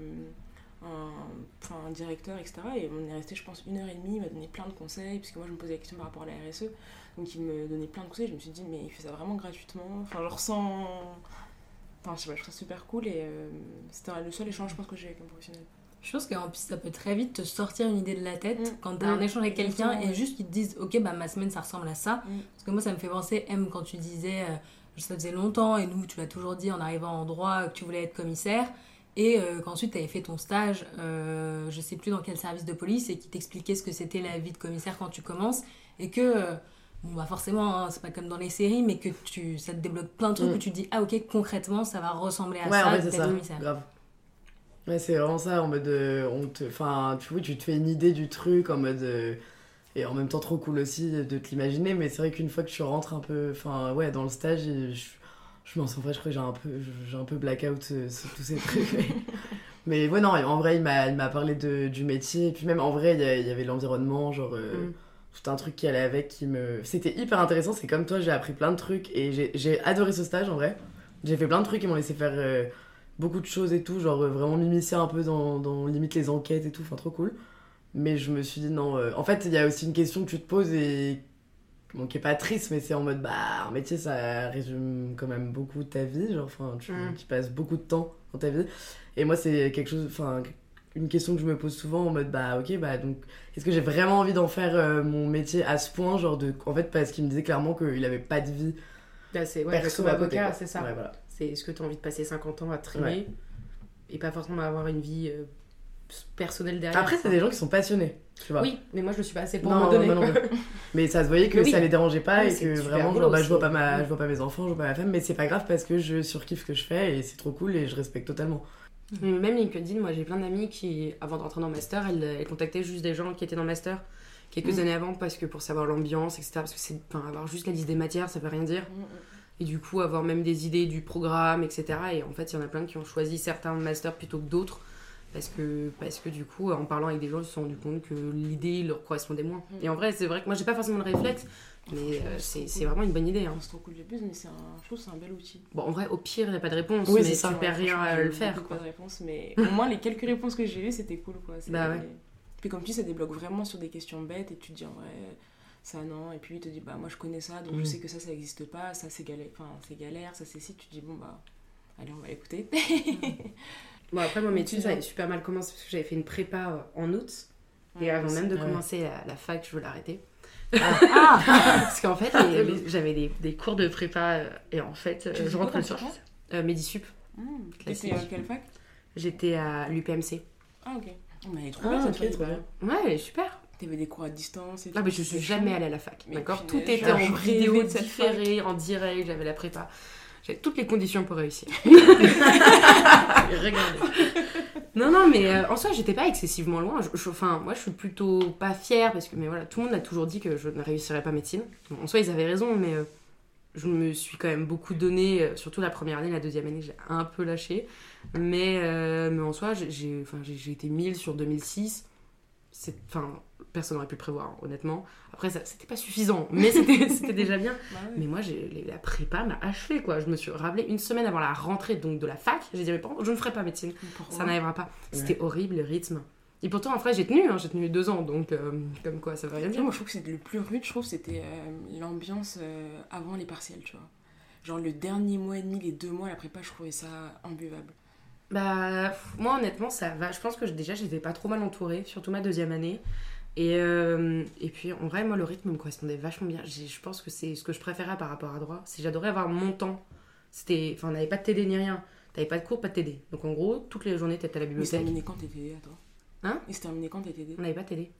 un, enfin, un directeur, et cetera. Et on est resté, je pense, une heure et demie, il m'a donné plein de conseils, parce que moi je me posais la question par rapport à la R S E, donc il me donnait plein de conseils, je me suis dit, mais il fait ça vraiment gratuitement, enfin, genre sans. Enfin, je sais pas, je trouve ça super cool, et euh, c'était le seul échange, je pense, que j'ai eu avec un professionnel. Je pense qu'en plus, ça peut très vite te sortir une idée de la tête Mm. quand t'as Mm. un échange avec quelqu'un Exactement, et ouais. juste qu'ils te disent ok, bah ma semaine ça ressemble à ça. Mm. Parce que moi, ça me fait penser, M, quand tu disais, euh, ça faisait longtemps et nous, tu l'as toujours dit en arrivant en droit que tu voulais être commissaire et euh, qu'ensuite tu avais fait ton stage, euh, je sais plus dans quel service de police, et qui t'expliquait ce que c'était la vie de commissaire quand tu commences et que. euh, Bon bah forcément hein, c'est pas comme dans les séries, mais que tu ça te débloque plein de trucs Mm. où tu te dis ah ok, concrètement ça va ressembler à Ouais, ça en fait, c'est d'être ça, commissaire. grave. Ouais, c'est vraiment ça, en mode, euh, on te, enfin, tu, oui, tu te fais une idée du truc, en mode, euh, et en même temps trop cool aussi de te l'imaginer, mais c'est vrai qu'une fois que tu rentres un peu, enfin, ouais, dans le stage, et je, je m'en souviens, je crois que j'ai un peu, j'ai un peu blackout euh, sur tous ces trucs, mais, mais ouais, non, en vrai, il m'a, il m'a parlé de, du métier, et puis même, en vrai, il y, a- il y avait l'environnement, genre, euh, Mm. tout un truc qui allait avec, qui me... C'était hyper intéressant, c'est comme toi, j'ai appris plein de trucs, et j'ai, j'ai adoré ce stage, en vrai. J'ai fait plein de trucs qui m'ont laissé faire... euh, beaucoup de choses et tout, genre euh, vraiment m'immiscer un peu dans, dans limite les enquêtes et tout, enfin trop cool. Mais je me suis dit non, euh, en fait il y a aussi une question que tu te poses et bon, qui est pas triste, mais c'est en mode bah un métier ça résume quand même beaucoup ta vie, genre enfin tu, Mm. tu passes beaucoup de temps dans ta vie. Et moi c'est quelque chose, enfin une question que je me pose souvent en mode bah ok bah donc est-ce que j'ai vraiment envie d'en faire euh, mon métier à ce point, genre de en fait parce qu'il me disait clairement qu'il avait pas de vie Là, c'est ouais, perso comme à côté, avocat, quoi. c'est ça. Ouais, voilà. C'est est-ce que tu as envie de passer cinquante ans à trimer Ouais. et pas forcément avoir une vie euh, personnelle derrière. Après c'est des gens qui sont passionnés, tu vois. Oui, mais moi je le suis pas assez pour Non, me donner. moi non quoi. plus. Mais ça se voyait que Mais oui. ça les dérangeait pas Oui, et c'est que super vraiment boulot, genre, bah, je vois c'est- pas ma oui. je vois pas mes enfants, je vois pas ma femme, mais c'est pas grave parce que je surkiffe ce que je fais et c'est trop cool et je respecte totalement. Mais même LinkedIn, moi j'ai plein d'amis qui, avant de rentrer dans le master, elles, elles contactaient juste des gens qui étaient dans le master quelques Mm. années avant parce que pour savoir l'ambiance, et cetera. Parce que c'est, enfin, avoir juste la liste des matières, ça veut rien dire. Mm, mm. et du coup avoir même des idées du programme, et cetera. Et en fait, il y en a plein qui ont choisi certains masters plutôt que d'autres. Parce que, parce que du coup, en parlant avec des gens, ils se sont rendus compte que l'idée leur correspondait moins. Et en vrai, c'est vrai que moi, j'ai pas forcément le réflexe, mais euh, c'est, c'est vraiment une bonne idée. Hein. C'est trop cool, mais c'est un, je trouve que c'est un bel outil. Bon, en vrai, au pire, il n'y a pas de réponse, Oui, mais c'est ça. tu perds rien à le faire. Pas de réponse, mais au moins les quelques réponses que j'ai eues, c'était cool, quoi. C'est... Bah ouais. Puis comme tu dis, ça débloque vraiment sur des questions bêtes, et tu te dis en vrai, ça non, et puis il te dit, bah moi je connais ça, donc Mm. je sais que ça, ça n'existe pas, ça c'est galère, enfin c'est galère, ça c'est si, tu te dis, bon bah, allez, on va écouter. Bon, après, moi, mes études, ça avait super mal commencé parce que j'avais fait une prépa euh, en août. Et avant même de Ouais. commencer la, la fac, je voulais l'arrêter. Ah. Parce qu'en fait, les- les- j'avais des, des cours de prépa euh, et en fait, euh, Tu je faisais rentrais le quoi soir. comme Euh, Medisup. Mmh. Classique. T'étais à quelle fac? J'étais à l'U P M C. Ah ok. On avait trop Ah, bien ok, cette trop fac. bien. Ouais, super. T'avais des cours à distance et tout. Ah, mais je suis c'était jamais chaud. allée à la fac. Mais D'accord. punaise, Tout était je en rêvais vidéo de cette différée, en direct. J'avais la prépa. J'avais toutes les conditions pour réussir. Regardez. Non, non, mais euh, en soi, j'étais pas excessivement loin. Je- je- Enfin, moi, je suis plutôt pas fière parce que, mais voilà, tout le monde a toujours dit que je ne réussirais pas médecine. Bon, en soi, ils avaient raison, mais euh, je me suis quand même beaucoup donné, euh, surtout la première année, la deuxième année, j'ai un peu lâché. Mais, euh, mais en soi, j'ai, j'ai, enfin, j'ai, j'ai été mille sur deux mille six. C'est, enfin, personne n'aurait pu le prévoir, hein, honnêtement. Après, ça, c'était pas suffisant, mais c'était, c'était déjà bien. Bah ouais. Mais moi, j'ai, les- la prépa m'a achevé, quoi. Je me suis rappelée une semaine avant la rentrée donc, de la fac. J'ai dit à mes parents, je ne ferai pas médecine. Pourquoi Ça n'arrivera pas. C'était horrible, le rythme. Et pourtant, après, j'ai tenu, hein, j'ai tenu deux ans, donc euh, comme quoi, ça veut rien Tu vois, dire. moi je trouve que c'est le plus rude, je trouve, c'était euh, l'ambiance euh, avant les partiels, tu vois. Genre le dernier mois et demi, les deux mois, la prépa, je trouvais ça imbuvable. Bah, pff, moi, honnêtement, ça va. Je pense que je- déjà, j'étais pas trop mal entourée, surtout ma deuxième année. Et, euh, et puis, en vrai, moi, le rythme me correspondait vachement bien. J'ai- Je pense que c'est ce que je préférais par rapport à droit. C'est j'adorais avoir mon temps. C'était, enfin, on n'avait pas de T D ni rien. T'avais pas de cours, pas de T D. Donc, en gros, toutes les journées, t'étais à la Mais c'est bibliothèque. terminé quand tes T D à toi? Hein? Et c'est terminé quand tes T D? On n'avait pas de T D.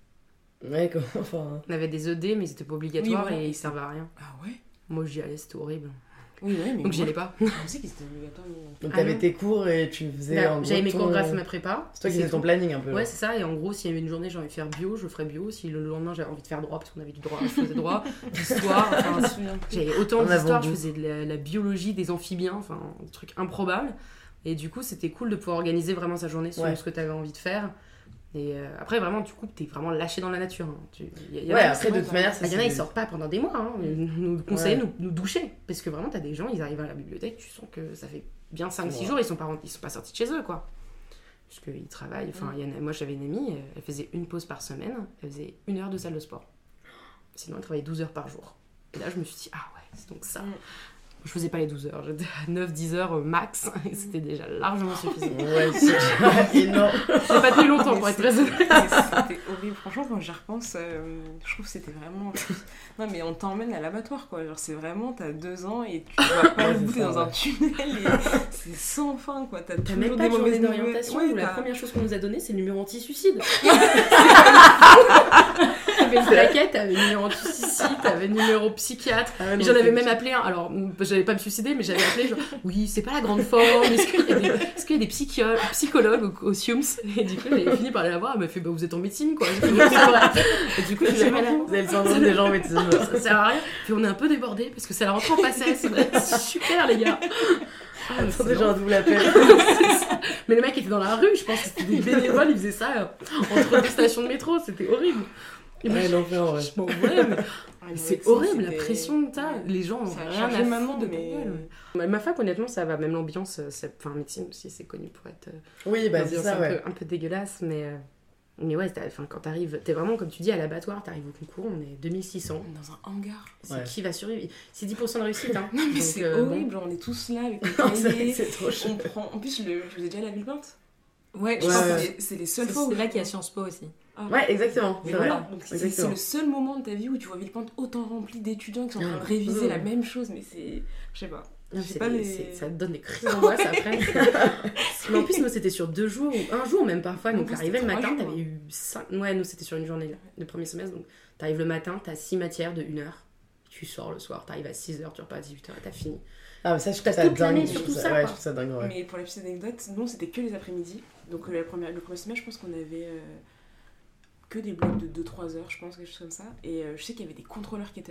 Ouais, comment enfin. On avait des E D, mais c'était pas obligatoire Oui, voilà. et ils servaient à rien. Ah ouais? Moi, j'y allais, c'était horrible. Oui, ouais, mais Donc, j'y moi, allais pas. je pensais qu'ils étaient obligatoires. mais- Donc Ah t'avais non. tes cours et tu faisais Bah, en gros J'avais mes ton- cours grâce à ma prépa. C'est toi qui C'est faisais ton tout. planning un peu. Ouais, c'est ça. Et en gros, s'il y avait une journée, j'ai envie de faire bio, je ferais bio. Si le lendemain, j'avais envie de faire droit, parce qu'on avait du droit, je faisais droit. Histoire, Je enfin, me souviens plus. j'avais autant En d'histoires, je avant-goût. faisais de la, la biologie des amphibiens, enfin, des trucs improbables. Et du coup, c'était cool de pouvoir organiser vraiment sa journée selon Ouais. ce que tu avais envie de faire. Et euh, après, vraiment, du coup, t'es vraiment lâché dans la nature. hein. Tu, y a- y en Ouais, a- après de toute manière, bah, ça y en a, ils c'est- sortent pas pendant des mois, hein, nous conseiller, Ouais. nous, nous doucher. Parce que vraiment, t'as des gens, ils arrivent à la bibliothèque, tu sens que ça fait bien cinq six Ouais. jours, ils sont pas, rentrés- ils sont pas sortis de chez eux, quoi. Parce qu'ils travaillent. Enfin, y en a- moi, j'avais une amie, euh, elle faisait une pause par semaine, elle faisait une heure de salle de sport. Sinon, elle travaillait douze heures par jour. Et là, je me suis dit, ah ouais, c'est donc ça. Mm. Je faisais pas les douze heures, j'étais à neuf dix heures euh, max, et c'était déjà largement suffisant. Ouais, c'est énorme. J'ai pas tenu longtemps, Mais pour être c'est- très honnête. C'était horrible. Franchement, quand j'y repense, euh, je trouve que c'était vraiment. Non, mais on t'emmène à l'abattoir, quoi. Genre, c'est vraiment, t'as deux ans et tu vois pas Ouais, le c'est bout, t'es ça, dans un ouais. tunnel et c'est sans fin, quoi. T'as T'as toujours même pas des de journée mauvaises nouvelles. d'orientation Ouais, où la t'as- première chose qu'on nous a donnée, c'est le numéro anti-suicide. T'avais une plaquette, t'avais le numéro anti-suicide, t'avais le numéro psychiatre. Ah ouais, Et non, j'en avais c'est- même appelé un. Alors, mm, j'allais pas me suicider, mais j'avais appelé genre, oui, c'est pas la grande forme. Est-ce qu'il y a des, est-ce qu'il y a des psychio- psychologues au, au SIUMS? Et du coup, j'avais fini par aller la voir. Elle m'a fait, bah, vous êtes en médecine, quoi. J'ai fait, oui, c'est vrai. Et du coup, je l'ai appelé. Vous avez le syndrome des gens en médecine. Ça sert à rien. Puis on est un peu débordés parce que c'est la rentrée en passesse. C'est super, les gars. Ah, mais c'est Attendez, j'ai un double appel. c'est ça. Mais le mec était dans la rue, je pense que c'était des bénévoles, ils faisaient ça euh, entre deux stations de métro, c'était horrible. Et moi, Ouais, je- l'enfer, en vrai. je m'en voulais, mais Ah, mais c'est ça, horrible la c'était- pression que t'as. Ouais. Les gens ont Ça a rien changé à maintenant, foutre de mais- ta gueule. Ouais. Ma fac, honnêtement, ça va. Même l'ambiance, euh, c'est- enfin, médecine aussi, c'est connu pour être euh, Oui, bah une c'est ambiance ça, un, ouais. peu, un peu dégueulasse, mais. euh, Mais ouais, t'as- enfin, quand t'arrives, t'es vraiment, comme tu dis, à l'abattoir, t'arrives au concours, on est deux mille six cents. On est dans un hangar. C'est Ouais. qui va survivre? C'est dix pour cent de réussite, hein. Non, mais Donc, c'est euh, bon. horrible. Genre, on est tous là avec les Non, c'est cahiers. c'est trop chaud. On prend. En plus, le... je vous ai déjà la ville peinte. Ouais, je Ouais, pense que ouais. c'est- c'est les seules C'est fois où. c'est là qu'il y a Sciences Po aussi. Ah. Ouais, exactement, Mais c'est vrai. voilà, donc c'est c'est Exactement. le seul moment de ta vie où tu vois Villepinte autant rempli d'étudiants qui sont en train de réviser Mmh. la même chose, mais c'est. Je sais pas. Non, J'ai c'est pas des- les- c'est- ça te donne des crises d'angoisse après. Mais en plus, nous, c'était sur deux jours ou un jour même parfois. Donc, Nous, t'arrivais le c'était matin, trois t'avais eu cinq. Ouais, nous, c'était sur une journée, là, le premier semestre. Donc, t'arrives le matin, t'as six matières de une heure. Tu sors le soir, t'arrives à six heures, tu repars à dix-huit heures et t'as fini. Ah, mais ça, je trouve Parce ça que toute l'année, dingue. je surtout trouve ça, Ouais, quoi. je trouve ça dingue, ouais. Mais pour la petite anecdote, nous c'était que les après-midi. Donc euh, la première, le premier semestre, je pense qu'on avait euh, que des blocs de deux trois heures, je pense, quelque chose comme ça. Et euh, je sais qu'il y avait des contrôleurs qui étaient là.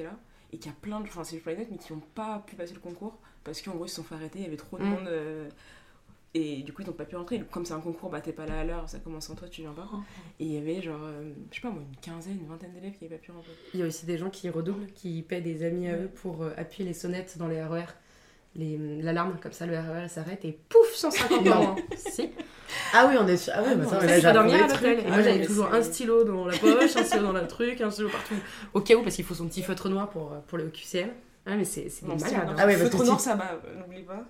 et qu'il y a plein de, enfin c'est Fly Note, mais qui n'ont pas pu passer le concours parce qu'en gros ils se sont fait arrêter, il y avait trop de Mm. monde euh, et du coup ils n'ont pas pu rentrer. Comme c'est un concours, bah t'es pas là à l'heure, ça commence en toi, tu viens pas. Et il y avait genre, euh, je sais pas moi, une quinzaine, une vingtaine d'élèves qui n'avaient pas pu rentrer. Il y a aussi des gens qui redoublent, qui paient des amis à eux pour euh, appuyer les sonnettes dans les R E R. Les, l'alarme, comme ça le R E R s'arrête et pouf, cent cinquante euros. Non. Si. Ah oui, on est sûr. Ah oui, mais Ça, ça, tu mais là, peux dormir à j'apprends des l'hôtel. Et trucs. moi, Ah j'avais oui, toujours mais un c'est- stylo dans la poche, un stylo dans le truc, un stylo partout. Au cas où, parce qu'il faut son petit feutre noir pour, euh, pour le Q C M. Ah, mais c'est, c'est des Non, c'est malades. Ah oui, parce feutre que noir, si- ça va, euh, n'oublie pas.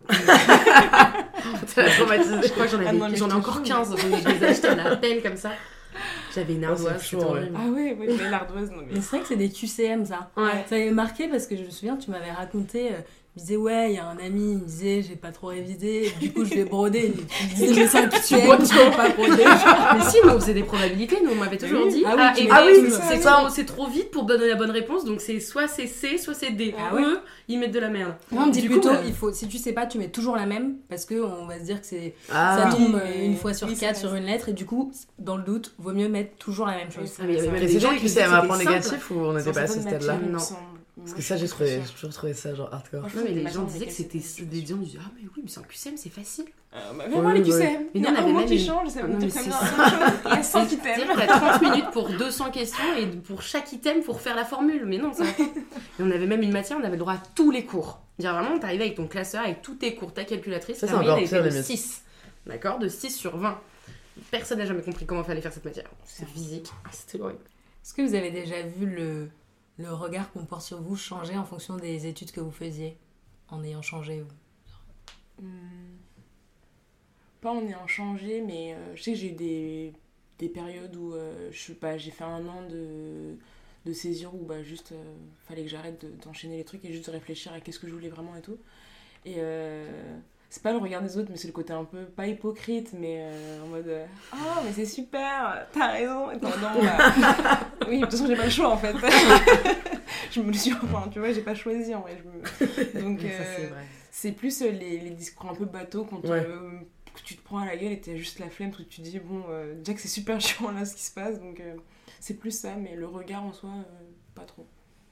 Ça l'a traumatisé. Je crois que j'en, avais, Ah non, mais j'en ai je te encore jure. quinze, donc je les ai achetés à la pelle comme ça. J'avais une Ah, c'est ardoise, chaud, c'était ouais. horrible. Ah ouais, ouais, mais l'ardoise, non mais. Mais c'est vrai que c'est des Q C M ça. Ouais. Ça m'avait marqué parce que je me souviens, tu m'avais raconté, euh, il me disait ouais, il y a un ami, il me disait j'ai pas trop révisé, du coup je vais broder. Et tu me disais mais c'est un Q C M, tu peux pas broder. Mais si, nous on faisait des probabilités, nous on m'avait toujours Oui. dit. Ah oui, tu et m'as Ah oui, B, c'est c'est, ça. trop, c'est trop vite pour donner la bonne réponse, donc c'est soit c'est C, soit c'est D. Ah ouais. Eux, ils mettent de la merde. Moi on me dit Du plutôt, coup, euh, il faut, si tu sais pas, tu mets toujours la même parce que on va se dire que c'est, Ah, ça tombe oui, euh, mais- une fois sur oui, quatre c'est sur vrai. une lettre et du coup, dans le doute, vaut mieux mettre toujours la même chose. Ah, mais il y avait même mais des c'est gens gens qui qui disaient sait que un c'était point simple. négatif ou on n'était pas à ce stade-là Non. Parce que ça, j'ai trouvé- j'ai toujours trouvé ça genre hardcore. Non, mais les gens disaient que c'était. Des gens disaient, ah, mais oui, mais c'est un Q C M, c'est facile. Euh, bah, viens voir Oui, les oui. Q C M. Mais Il y nous, a on un avait mot même qui une- change, ça Ah veut non, dire mais très c'est bien ça. la même chose. Il y a cent qui C'est-à-dire t'aiment. que t'as trente minutes pour deux cents questions et pour chaque item, faut refaire la formule. Mais non, ça va pas. Et on avait même une matière, on avait le droit à tous les cours. Dire vraiment, t'arrivais avec ton classeur, avec tous tes cours, ta calculatrice, Ça, la c'est moyenne, encore elle pire, était de limite. six. D'accord, de six sur vingt. Personne n'a jamais compris comment fallait faire cette matière. C'est physique. Ah, c'était horrible. Est-ce que vous avez déjà vu le, le regard qu'on porte sur vous changer en fonction des études que vous faisiez en ayant changé vous Hmm. Pas en ayant changé, mais euh, je sais que j'ai eu des, des périodes où euh, je sais pas, j'ai fait un an de, de césure où bah, juste euh, fallait que j'arrête de- d'enchaîner les trucs et juste de réfléchir à qu'est-ce que je voulais vraiment et tout. Et euh, c'est pas le regard des autres, mais c'est le côté un peu, pas hypocrite, mais euh, en mode euh, ah, mais c'est super, t'as raison. Et t'es en mode, non, bah, oui, de toute façon, j'ai pas le choix en fait. Je me le suis, enfin, tu vois, j'ai pas choisi en vrai. Je me... Donc, Mais ça, c'est euh, vrai. c'est plus euh, les, les discours un peu bateaux quand Ouais. euh, que tu te prends à la gueule et t'as juste la flemme, parce que tu te dis, bon, euh, déjà que c'est super chiant là ce qui se passe, donc euh, c'est plus ça, mais le regard en soi, euh, pas trop.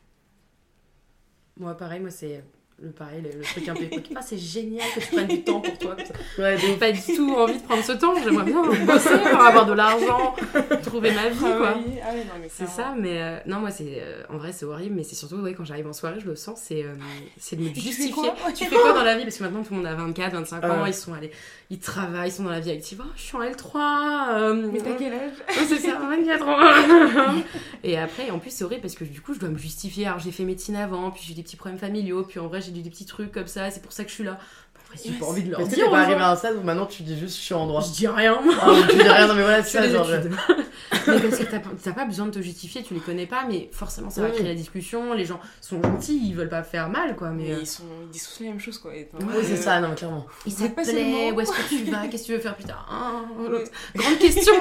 Moi, pareil, moi, c'est le pareil, le, le truc un peu hypocrite. Ah, c'est génial que tu prennes du temps pour toi. Comme ça. Ouais, J'ai pas du tout envie de prendre ce temps. J'aimerais bien bosser pour avoir de l'argent, trouver ma vie, quoi. Travailler. Ah oui, non, mais C'est clairement. ça, mais euh, non, moi, c'est euh, en vrai, c'est horrible, mais c'est surtout, ouais, quand j'arrive en soirée, je le sens, c'est, euh, c'est de me Tu fais justifier. quoi Tu fais quoi dans la vie? Parce que maintenant, tout le monde a vingt-quatre, vingt-cinq ans, Ouais. ils sont allés, ils travaillent, ils sont dans la vie active. Oh, je suis en L trois. Euh, Mais t'as quel âge? Ouais, c'est ça, vingt-quatre ans. Et après, en plus, c'est horrible parce que du coup, je dois me justifier. Alors, j'ai fait médecine avant, puis j'ai eu des petits problèmes familiaux, puis en vrai, j'ai eu des petits trucs comme ça, c'est pour ça que je suis là. En vrai, j'ai pas envie de leur Est-ce que dire. t'es pas aux arrivé gens. à un stade où maintenant tu dis juste je suis en droit? Je dis rien. Ah, tu dis rien, non mais voilà, Je c'est fais ça, des genre. études. Mais parce que t'as, pas- t'as pas besoin de te justifier, tu les connais pas, mais forcément, ça va Oui. créer la discussion. Les gens sont gentils, ils veulent pas faire mal, quoi. Mais Mais euh, ils, sont, ils disent tous la même chose, quoi. Et, Oui, c'est ça, non mais clairement. il Vous êtes pas s'appelait, seulement- où est-ce que tu vas, qu'est-ce que tu veux faire plus tard. Ah, Ouais. grande question.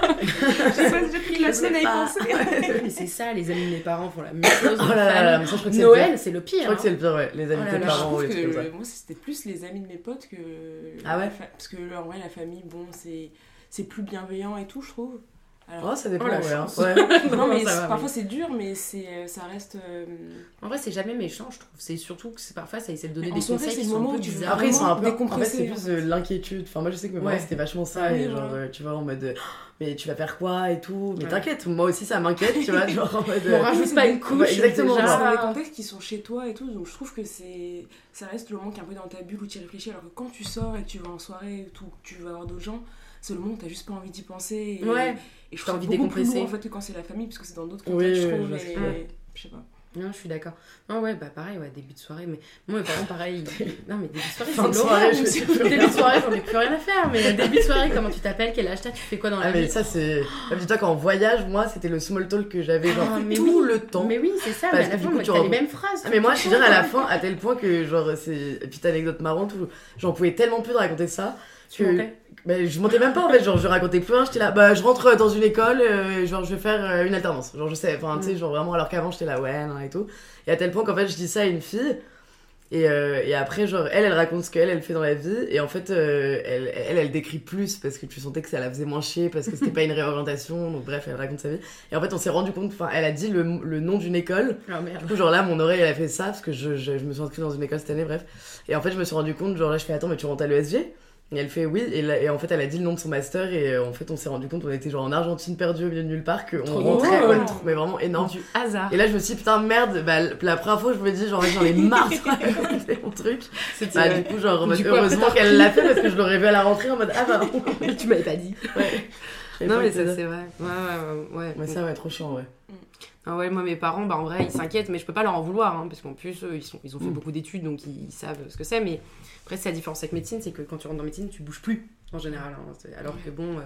Je sais pas, j'ai pris la Je semaine à sais y pas. penser. Mais c'est ça, les amis de mes parents font la même chose. Oh là là là, mais ça, je crois que c'est le Noël, pire. c'est le Je pire. crois que c'est le pire, ouais. Les amis Oh de là tes là, Je parents ou trouve des trucs comme ça. que moi, c'était plus les amis de mes potes que. Ah ouais la fa- Parce que en vrai, la famille, bon, c'est c'est plus bienveillant et tout, je trouve. Alors, Oh, ça dépend, Oh, la ouais. hein. chance. Ouais. non, mais ça c'est- va, parfois oui. c'est dur, mais c'est euh, ça reste. euh, En vrai, c'est jamais méchant, je trouve. C'est surtout que c'est, parfois, ça essaie de donner Mais en des soirée, conseils c'est qui le sont un moment peu où tu veux bizarres. Après, ils sont un peu. En fait, décompresser, c'est plus en fait. de l'inquiétude. Enfin, moi, je sais que mes parents, Ouais. c'était vachement ça. Oui, Et genre, voilà. euh, tu vois, en mode. euh, Mais tu vas faire quoi et tout. Mais Ouais. t'inquiète, moi aussi, ça m'inquiète, tu vois. Genre, en mode. On euh, rajoute c'est pas des- une couche. Ouais, exactement, déjà. C'est dans des Ah. contextes qui sont chez toi et tout, donc je trouve que c'est ça reste le moment qui est un peu dans ta bulle où tu y réfléchis, alors que quand tu sors et que tu vas en soirée et tout, que tu vas voir d'autres gens, c'est le moment où t'as juste pas envie d'y penser. Et, Ouais. et je T'as trouve envie beaucoup de plus décompresser. lourd en fait que quand c'est la famille, parce que c'est dans d'autres Oui, contextes, oui, je trouve, je vois ce que mais tu veux dire. je sais pas. Non, je suis d'accord. Non, ouais, bah pareil, ouais, début de soirée. Mais moi, mes parents, pareil. Non, mais début de soirée, Fin de c'est soirée, l'horreur. je même sais si- plus Début rien. de soirée, j'en ai plus rien à faire. Mais début de soirée, comment tu t'appelles, quel âge t'as, tu fais quoi dans la Ah, mais vie. ça, c'est. Ah, dis-toi qu'en voyage, moi, c'était le small talk que j'avais, genre, Ah, mais tout oui. le temps. Mais oui, c'est ça. Parce Mais à que la du fin, coup, moi, tu t'as les rencontres- mêmes phrases. Ah, mais moi, je te dirais à la fin, à tel point que, genre, c'est. Petite anecdote marrante, où j'en pouvais tellement plus de raconter ça. Tu que- montais. Bah, je montais même pas en fait, genre je racontais plus rien, j'étais là, bah je rentre dans une école, euh, genre je vais faire euh, une alternance. Genre je sais, enfin tu sais, Mm. genre vraiment, alors qu'avant j'étais là, ouais, non et tout. Et à tel point qu'en fait je dis ça à une fille, Et, euh, et après, genre, elle, elle raconte ce qu'elle, elle fait dans la vie. Et en fait, euh, elle, elle, elle décrit plus parce que tu sentais que ça la faisait moins chier, parce que c'était pas une réorientation. Donc, bref, elle raconte sa vie. Et en fait, on s'est rendu compte, enfin, elle a dit le, le nom d'une école. Ah merde. Du coup, genre là, mon oreille, elle a fait ça, parce que je, je, je me suis inscrite dans une école cette année, bref. Et en fait, je me suis rendu compte, genre là, je fais attends, mais tu rentres à l'E S G ? Et elle fait oui, et, là, et en fait elle a dit le nom de son master, et euh, en fait on s'est rendu compte, on était genre en Argentine perdue au milieu de nulle part, qu'on Trop rentrait, drôle. ouais, trop- mais vraiment énorme. Du hasard. Et là je me suis dit putain merde, bah, la première fois je me dis genre j'en ai marre de raconter mon truc. C'était, Bah euh, du coup genre en mode, du coup, heureusement après, qu'elle l'a fait parce que je l'aurais vu à la rentrée en mode ah bah non. tu m'avais pas dit. Ouais. J'avais Non pas mais été ça là. c'est vrai. Ouais ouais ouais. ouais. Ouais ça ouais trop chiant ouais. Ah ouais, moi mes parents, bah en vrai ils s'inquiètent, mais je peux pas leur en vouloir, hein, parce qu'en plus eux, ils, sont, ils ont fait Mm. beaucoup d'études, donc ils, ils savent ce que c'est. Mais après c'est la différence avec médecine, c'est que quand tu rentres dans médecine, tu bouges plus en général. Hein, C'est- alors que bon, euh,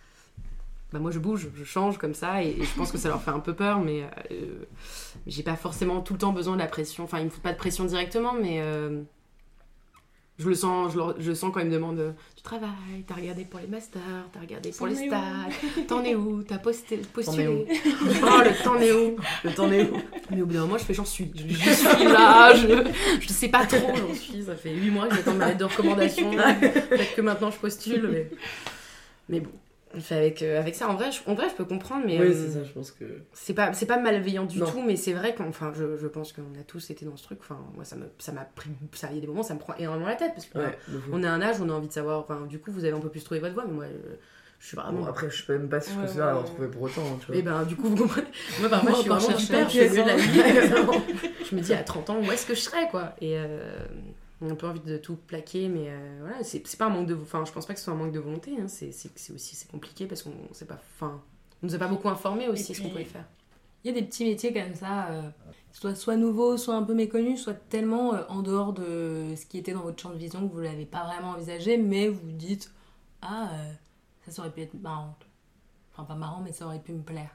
bah moi je bouge, je change comme ça, et, et je pense que ça leur fait un peu peur, mais euh, j'ai pas forcément tout le temps besoin de la pression. Enfin ils me foutent pas de pression directement, mais euh, je le sens, je le, je le sens quand ils me demandent euh, tu travailles, t'as regardé pour les masters, t'as regardé pour T'en les es où stages, t'en es où, t'as posté, postulé. où Oh le temps est où? Le temps est où? Mais au bout d'un moment, je fais j'en suis. Je, je suis là, je, je sais pas trop, j'en suis. Ça fait huit mois que j'attends ma lettre de recommandation. Peut-être que maintenant je postule, mais, mais bon. Fait avec, euh, avec ça, en vrai, je, en vrai, je peux comprendre, mais Oui euh, c'est ça je pense que... c'est pas, c'est pas malveillant du Non. tout, mais c'est vrai qu'enfin, je, je pense qu'on a tous été dans ce truc. Enfin, moi, ça, me, ça m'a pris. Ça, il y a des moments, ça me prend énormément la tête, parce que Ouais, de fou. on a un âge, on a envie de savoir. Enfin, du coup, vous avez un peu plus trouvé votre voie, mais moi, euh, je suis vraiment. Bon, après je sais même pas si je Ouais, considère ouais, l'avoir ouais. trouvé pour autant hein, tu vois. Et ben, du coup, vous comprenez. Moi, par moi, je suis Encore vraiment chercher super, je suis au milieu de la Ouais. vie. Je me dis, à trente ans, où est-ce que je serais, quoi? Et euh, on a un peu envie de tout plaquer, mais euh, voilà, c'est, c'est pas un manque de... Enfin, je pense pas que ce soit un manque de volonté, hein. c'est, c'est, c'est aussi c'est compliqué parce qu'on sait pas... Enfin, on nous a pas beaucoup informés aussi Et ce qu'on puis- pouvait faire. Il y a des petits métiers comme ça, euh, soit, soit nouveaux, soit un peu méconnus, soit tellement euh, en dehors de ce qui était dans votre champ de vision que vous l'avez pas vraiment envisagé, mais vous vous dites ah, euh, ça, ça aurait pu être marrant. Enfin, pas marrant, mais ça aurait pu me plaire.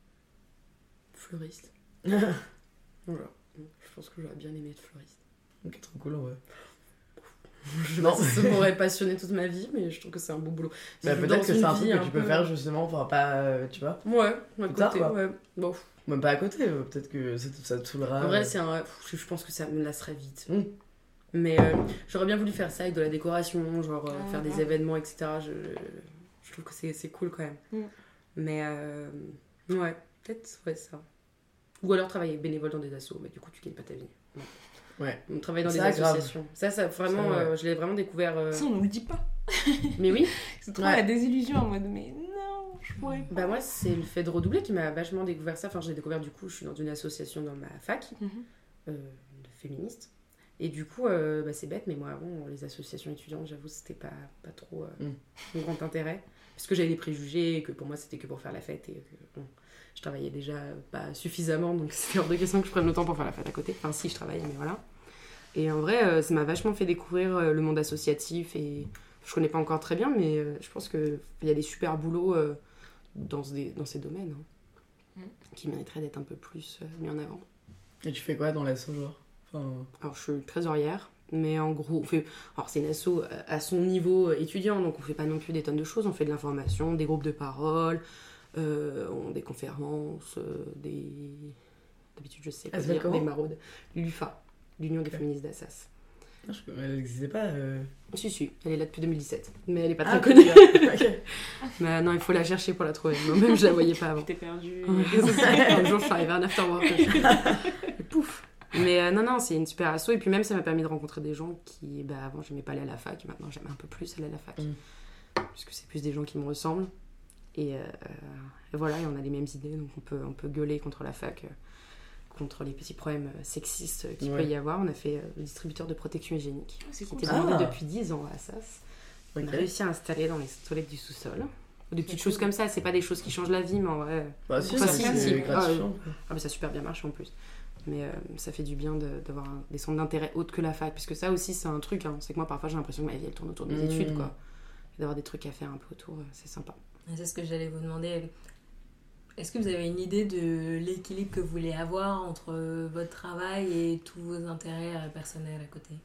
Fleuriste. Voilà. Je pense que j'aurais bien aimé être fleuriste. Ok trop cool ouais. Je sais pas si ça m'aurait passionné toute ma vie, mais je trouve que c'est un beau boulot. Bah C'est peut-être dans que une c'est un vie truc que tu peux peu- faire justement, enfin pas, euh, tu vois, Ouais, à Plus tard, côté, quoi. ouais. Bon, même pas à côté, euh, peut-être que ça, ça te saoulera. en vrai, euh. c'est un... pff, je pense que ça me lasserait vite. Mm. Mais euh, j'aurais bien voulu faire ça avec de la décoration, genre euh, Ah, faire des ouais. événements, et cetera. Je, je trouve que c'est, c'est cool quand même. Mm. Mais euh, ouais, peut-être ouais, ça. Ou alors travailler bénévole dans des assos, mais du coup tu gagnes pas ta vie. Non. Ouais. On travaille dans des Ça, grave. associations. Ça, ça vraiment, Ça, ouais. euh, je l'ai vraiment découvert. euh, Ça, on nous le dit pas. Mais oui, C'est trop Ouais. la désillusion en mode, mais non, je pourrais pas. bah moi c'est le fait de redoubler qui m'a vachement découvert ça. Enfin, je l'ai découvert du coup, je suis dans une association dans ma fac. Mhm. euh, de féministes. Et du coup, euh, bah, c'est bête, mais moi avant, les associations étudiantes, j'avoue, c'était pas, pas trop euh, Mm. mon grand intérêt. Parce que j'avais des préjugés, et que pour moi c'était que pour faire la fête, et que bon, je travaillais déjà pas suffisamment, donc c'était hors de question que je prenne le temps pour faire la fête à côté. Enfin, si, je travaillais, mais voilà. Et en vrai, euh, ça m'a vachement fait découvrir euh, le monde associatif, et je connais pas encore très bien, mais euh, je pense qu'il y a des super boulots euh, dans, ce- dans ces domaines hein, Mm. qui mériteraient d'être un peu plus euh, mis en avant. Et tu fais quoi dans l'asso genre enfin... Alors, je suis trésorière, mais en gros, on fait... Alors, c'est une asso à son niveau étudiant, donc on fait pas non plus des tonnes de choses. On fait de l'information, des groupes de parole, euh, on- des conférences, euh, des... D'habitude, je sais pas Elle s'appelle dire, comment des maraudes. L'U F A, l'Union des Ok. féministes d'Assas. Ah, je... Elle n'existait pas. Euh... Si, si, elle est là depuis deux mille dix-sept, mais elle est pas Ah, très connue. ok. Mais non, il faut la chercher pour la trouver. Moi-même, je la voyais pas avant. T'es perdu. Ouais, c'est ça. Un jour, je suis arrivée à un afterwork. Et pouf. Mais euh, non, non, c'est une super asso. Et puis même, ça m'a permis de rencontrer des gens qui, bah, avant, j'aimais pas aller à la fac. Et maintenant, j'aime un peu plus aller à la fac. Mm. Puisque c'est plus des gens qui me ressemblent. Et, euh, et voilà, et on a les mêmes idées. Donc on peut, on peut gueuler contre la fac, euh, contre les petits problèmes euh, sexistes qu'il Ouais. peut y avoir. On a fait euh, le distributeur de protection hygiénique. Ah, c'est Qui cool. était Ah. demandé depuis dix ans à Assas. On Ok. a réussi à installer dans les toilettes du sous-sol. Des petites choses comme ça, c'est pas des choses qui changent la vie, mais en vrai, Bah si, Enfin, c'est si, c'est si. gratifiant. quoi. ah, mais ça a super bien marché en plus. Mais euh, ça fait du bien de- d'avoir un- des centres d'intérêt autres que la fac. Parce que ça aussi, c'est un truc. Hein. C'est que moi, parfois, j'ai l'impression que ma vie, elle tourne autour de mes Mmh. études. Quoi. Et d'avoir des trucs à faire un peu autour, euh, c'est sympa. Et c'est ce que j'allais vous demander. Est-ce que vous avez une idée de l'équilibre que vous voulez avoir entre votre travail et tous vos intérêts euh, personnels à côté?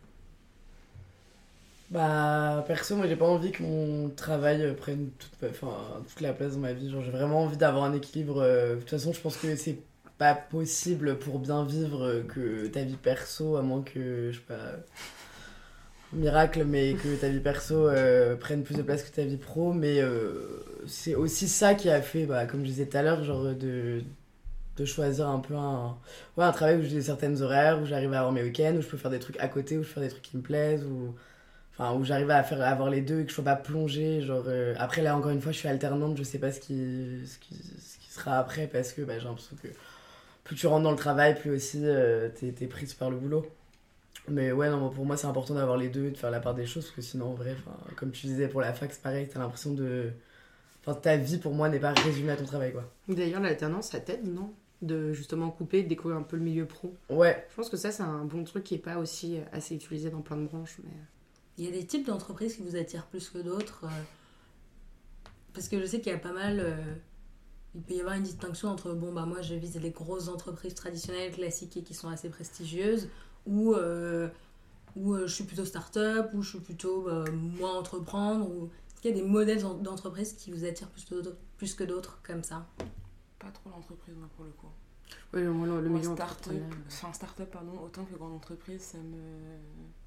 Bah, perso, moi j'ai pas envie que mon travail prenne toute, enfin, toute la place dans ma vie. Genre, j'ai vraiment envie d'avoir un équilibre. euh, De toute façon, je pense que c'est pas possible pour bien vivre que ta vie perso, à moins que, je sais pas, miracle, mais que ta vie perso euh, prenne plus de place que ta vie pro. Mais euh, c'est aussi ça qui a fait, bah, comme je disais tout à l'heure, genre de, de choisir un peu un, ouais, un travail où j'ai certaines horaires, où j'arrive à avoir mes week-ends, où je peux faire des trucs à côté, où je peux faire des trucs qui me plaisent, où, enfin, où j'arrive à, faire, à avoir les deux et que je sois pas plongée. Genre, euh, après, là, encore une fois, je suis alternante, je sais pas ce qui, ce qui, ce qui sera après parce que bah, j'ai l'impression que plus tu rentres dans le travail, plus aussi euh, t'es, t'es prise par le boulot. Mais ouais, non, pour moi, c'est important d'avoir les deux et de faire la part des choses, parce que sinon, en vrai, comme tu disais, pour la fac, c'est pareil, t'as l'impression de... Enfin, ta vie, pour moi, n'est pas résumée à ton travail, quoi. D'ailleurs, l'alternance, ça t'aide, non ? De justement couper, de découvrir un peu le milieu pro. Ouais. Je pense que ça, c'est un bon truc qui est pas aussi assez utilisé dans plein de branches, mais... Il y a des types d'entreprises qui vous attirent plus que d'autres, euh, parce que je sais qu'il y a pas mal... Euh, il peut y avoir une distinction entre, bon, bah moi, je vise les grosses entreprises traditionnelles, classiques et qui sont assez prestigieuses, ou, euh, ou euh, je suis plutôt start-up, ou je suis plutôt bah, moi entreprendre, ou est-ce qu'il y a des modèles d'entreprise qui vous attirent plus, de, plus que d'autres, comme ça ? Pas trop l'entreprise, moi, pour le coup. Oui, moi, le, le moi, milieu start-up, entrepreneurial. enfin, start-up, pardon, autant que grande entreprise, ça me...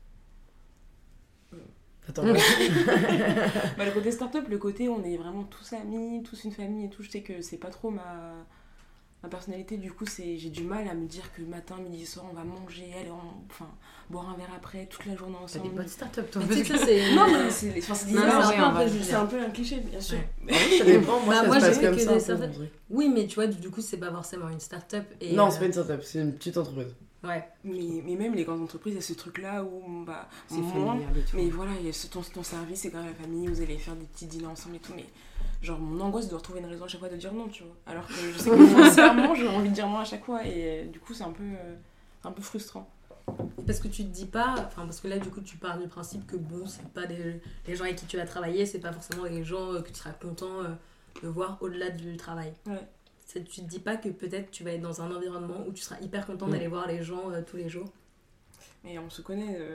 Euh. Attends, bah, le côté start-up, le côté on est vraiment tous amis, tous une famille et tout, je sais que c'est pas trop ma, ma personnalité, du coup c'est, j'ai du mal à me dire que matin, midi, soir on va manger, aller en, enfin, boire un verre après, toute la journée ensemble. T'as des bonnes start-up toi. Mais tu sais que ça c'est... Non mais c'est, enfin, c'est, Non, c'est, non, un, c'est peu un un, peu peu, juste. c'est un peu un cliché, bien sûr. Ouais. Ouais, ça dépend, moi, Bah, ça moi, se passe j'ai comme fait ça. que un des peu, startups. en vrai. Oui, mais tu vois, du coup, c'est pas forcément une start-up. Et, Non, euh, c'est pas une start-up, c'est une petite entreprise. Ouais. Mais, mais même les grandes entreprises, il y a ce truc-là où, bah, C'est moi, familial et tout. mais voilà, il y a ce, ton, ton service, c'est quand même la famille, vous allez faire des petits dîners ensemble et tout, mais genre mon angoisse de retrouver une raison à chaque fois de dire non, tu vois. Alors que je sais que sincèrement, j'ai envie de dire non à chaque fois, et euh, du coup, c'est un peu, euh, un peu frustrant. Parce que tu te dis pas, enfin parce que là du coup tu pars du principe que bon, c'est pas des, les gens avec qui tu vas travailler, c'est pas forcément les gens euh, que tu seras content euh, de voir au-delà du travail. Ouais. C'est, tu te dis pas que peut-être tu vas être dans un environnement où tu seras hyper content Mm. d'aller voir les gens euh, tous les jours. Mais on se connaît. Euh...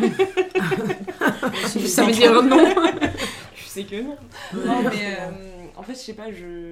Ça veut dire non. Je sais que non. Non, mais euh, en fait, je sais pas, je.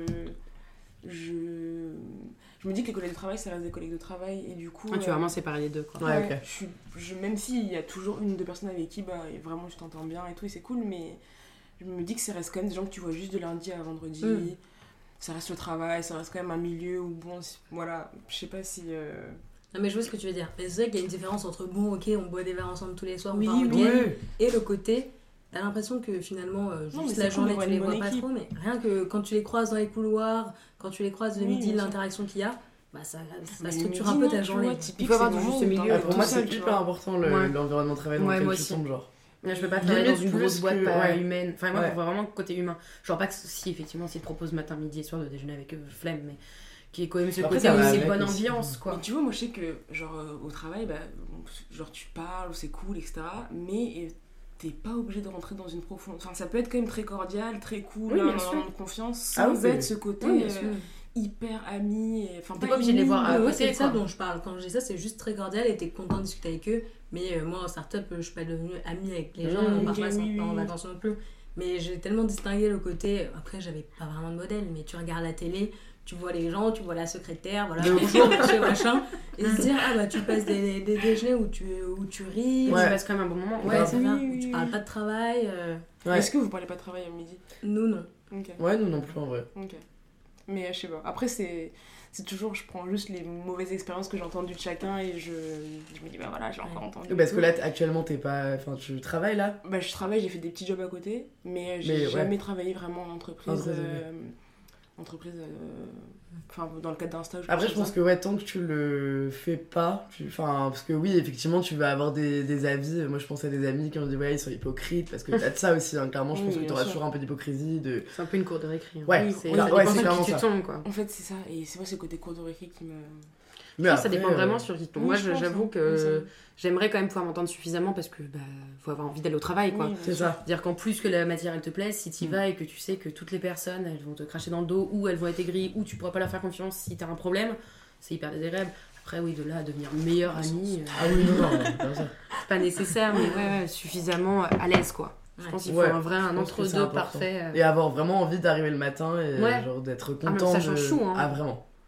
Je. Je me dis que les collègues de travail, ça reste des collègues de travail, et du coup. Ah, tu euh, vas vraiment séparer les deux, quoi. Ouais, ok. je suis, je, même s'il y a toujours une ou deux personnes avec qui, bah, et vraiment, je t'entends bien et tout, et c'est cool, mais je me dis que ça reste quand même des gens que tu vois juste de lundi à vendredi. Mm. Ça reste le travail, ça reste quand même un milieu où, bon, si- voilà, je sais pas si. Euh... Non mais je vois ce que tu veux dire. Mais c'est vrai qu'il y a une différence entre bon, ok, on boit des verres ensemble tous les soirs, on Oui, part en oui. week-end, et le côté, t'as l'impression que finalement, euh, Non, juste mais la c'est cool journée d'avoir tu les une vois bonne pas équipe. trop, mais rien que quand tu les croises dans les couloirs, quand tu les croises le Oui, midi, bien sûr. l'interaction qu'il y a, bah ça, ça Mais structure le un peu midi, ta non, tu journée. vois, quoi. typique, Il faut avoir c'est du le juste moment où milieu. t'es Ah, pour tout moi, seul, c'est tu hyper vois. important le- Ouais. l'environnement de travail dans Ouais, lequel moi tu aussi. tombes, genre. Là, je peux pas Limite travailler dans une plus grosse boîte que- pas ouais. humaine. Enfin, moi, Ouais. je vois vraiment le côté humain. Genre pas que si, effectivement, s'ils te proposent matin, midi et soir de déjeuner avec eux, flemme, mais qui est quand même ce Après, côté ça où va c'est avec bonne aussi. ambiance, quoi. Mais tu vois, moi je sais que, genre, euh, au travail, bah, genre, tu parles, c'est cool, et cetera. Mais euh, t'es pas obligé de rentrer dans une profonde. Enfin, ça peut être quand même très cordial, très cool, Oui, un bien sûr. moment de confiance, Ah sans oui, être oui. ce côté Oui, bien euh, sûr. hyper ami. et- Enfin, T'es pas obligé de les voir à Ah, ouais, côté, c'est de ça quoi. dont je parle. Quand je dis ça, c'est juste très cordial et t'es content de discuter avec eux. Mais euh, moi, en start-up, je suis pas devenue amie avec les gens, Mmh, on part ok, pas oui, oui, en oui. vacances non plus. Mais j'ai tellement distingué le côté. Après, j'avais pas vraiment de modèle, mais tu regardes la télé, tu vois les gens, tu vois la secrétaire, voilà, De ouf. bonjour, monsieur, machin. Et se dire, ah bah tu passes des, des déjeuners où tu, où tu ris. Ouais. Tu passes quand même un bon moment. Ouais, grave. c'est bien. Oui, Où oui, tu oui. parles pas de travail. euh, Ouais. Est-ce que vous parlez pas de travail à midi? Nous, non. Ok. Ouais, nous non plus, en vrai. Ok. Mais euh, je sais pas. Après, c'est, c'est toujours, je prends juste les mauvaises expériences que j'ai entendues de chacun et je, je me dis, bah voilà, j'ai encore Ouais. entendu. Oui, parce que là, t- actuellement, t'es pas... Enfin, tu travailles, là. Bah, je travaille, j'ai fait des petits jobs à côté, mais euh, j'ai Mais ouais. jamais travaillé vraiment en entreprise. Entreprise, euh, entreprise. euh, Enfin, dans le cadre d'un stage. ou Après, quelque je pense chose que ouais, tant que tu le fais pas, tu... enfin, parce que oui, effectivement, tu vas avoir des, des avis. Moi, je pense à des amis qui ont dit ouais, ils sont hypocrites, parce que t'as de ça aussi, hein, clairement. Je Oui, pense que bien t'auras sûr. toujours un peu d'hypocrisie. De... C'est un peu une cour de récré. hein. Ouais, Oui, c'est oui, ça ouais, dépend c'est sur clairement qui tu ça. tombes, quoi. En fait, c'est ça. Et c'est moi, ce côté cours de récré qui me. Mais Je pense que ça après, dépend euh, vraiment sur qui tu tombes. Oui, Moi, je je- pense, j'avoue hein. que Oui, j'aimerais quand même pouvoir m'entendre suffisamment parce que bah, faut avoir envie d'aller au travail, quoi. Oui, bien C'est sûr. ça. C'est-à-dire qu'en plus que la matière elle te plaise, si tu y Mm. vas et que tu sais que toutes les personnes elles vont te cracher dans le dos ou elles vont être aigries ou tu pourras pas leur faire confiance si t'as un problème, c'est hyper désagréable. Après, oui, de là à devenir meilleur ami, euh, Ah oui, non, non, c'est comme ça. c'est pas nécessaire, mais ouais, ouais, suffisamment à l'aise, quoi. Je Ouais. pense qu'il Ouais, faut un vrai, un je pense que c'est entre-deux important. parfait. euh. Et avoir vraiment envie d'arriver le matin et Ouais. genre d'être Ah, mais content. ça de... change tout, hein. Ah, vraiment. Ouais, moi,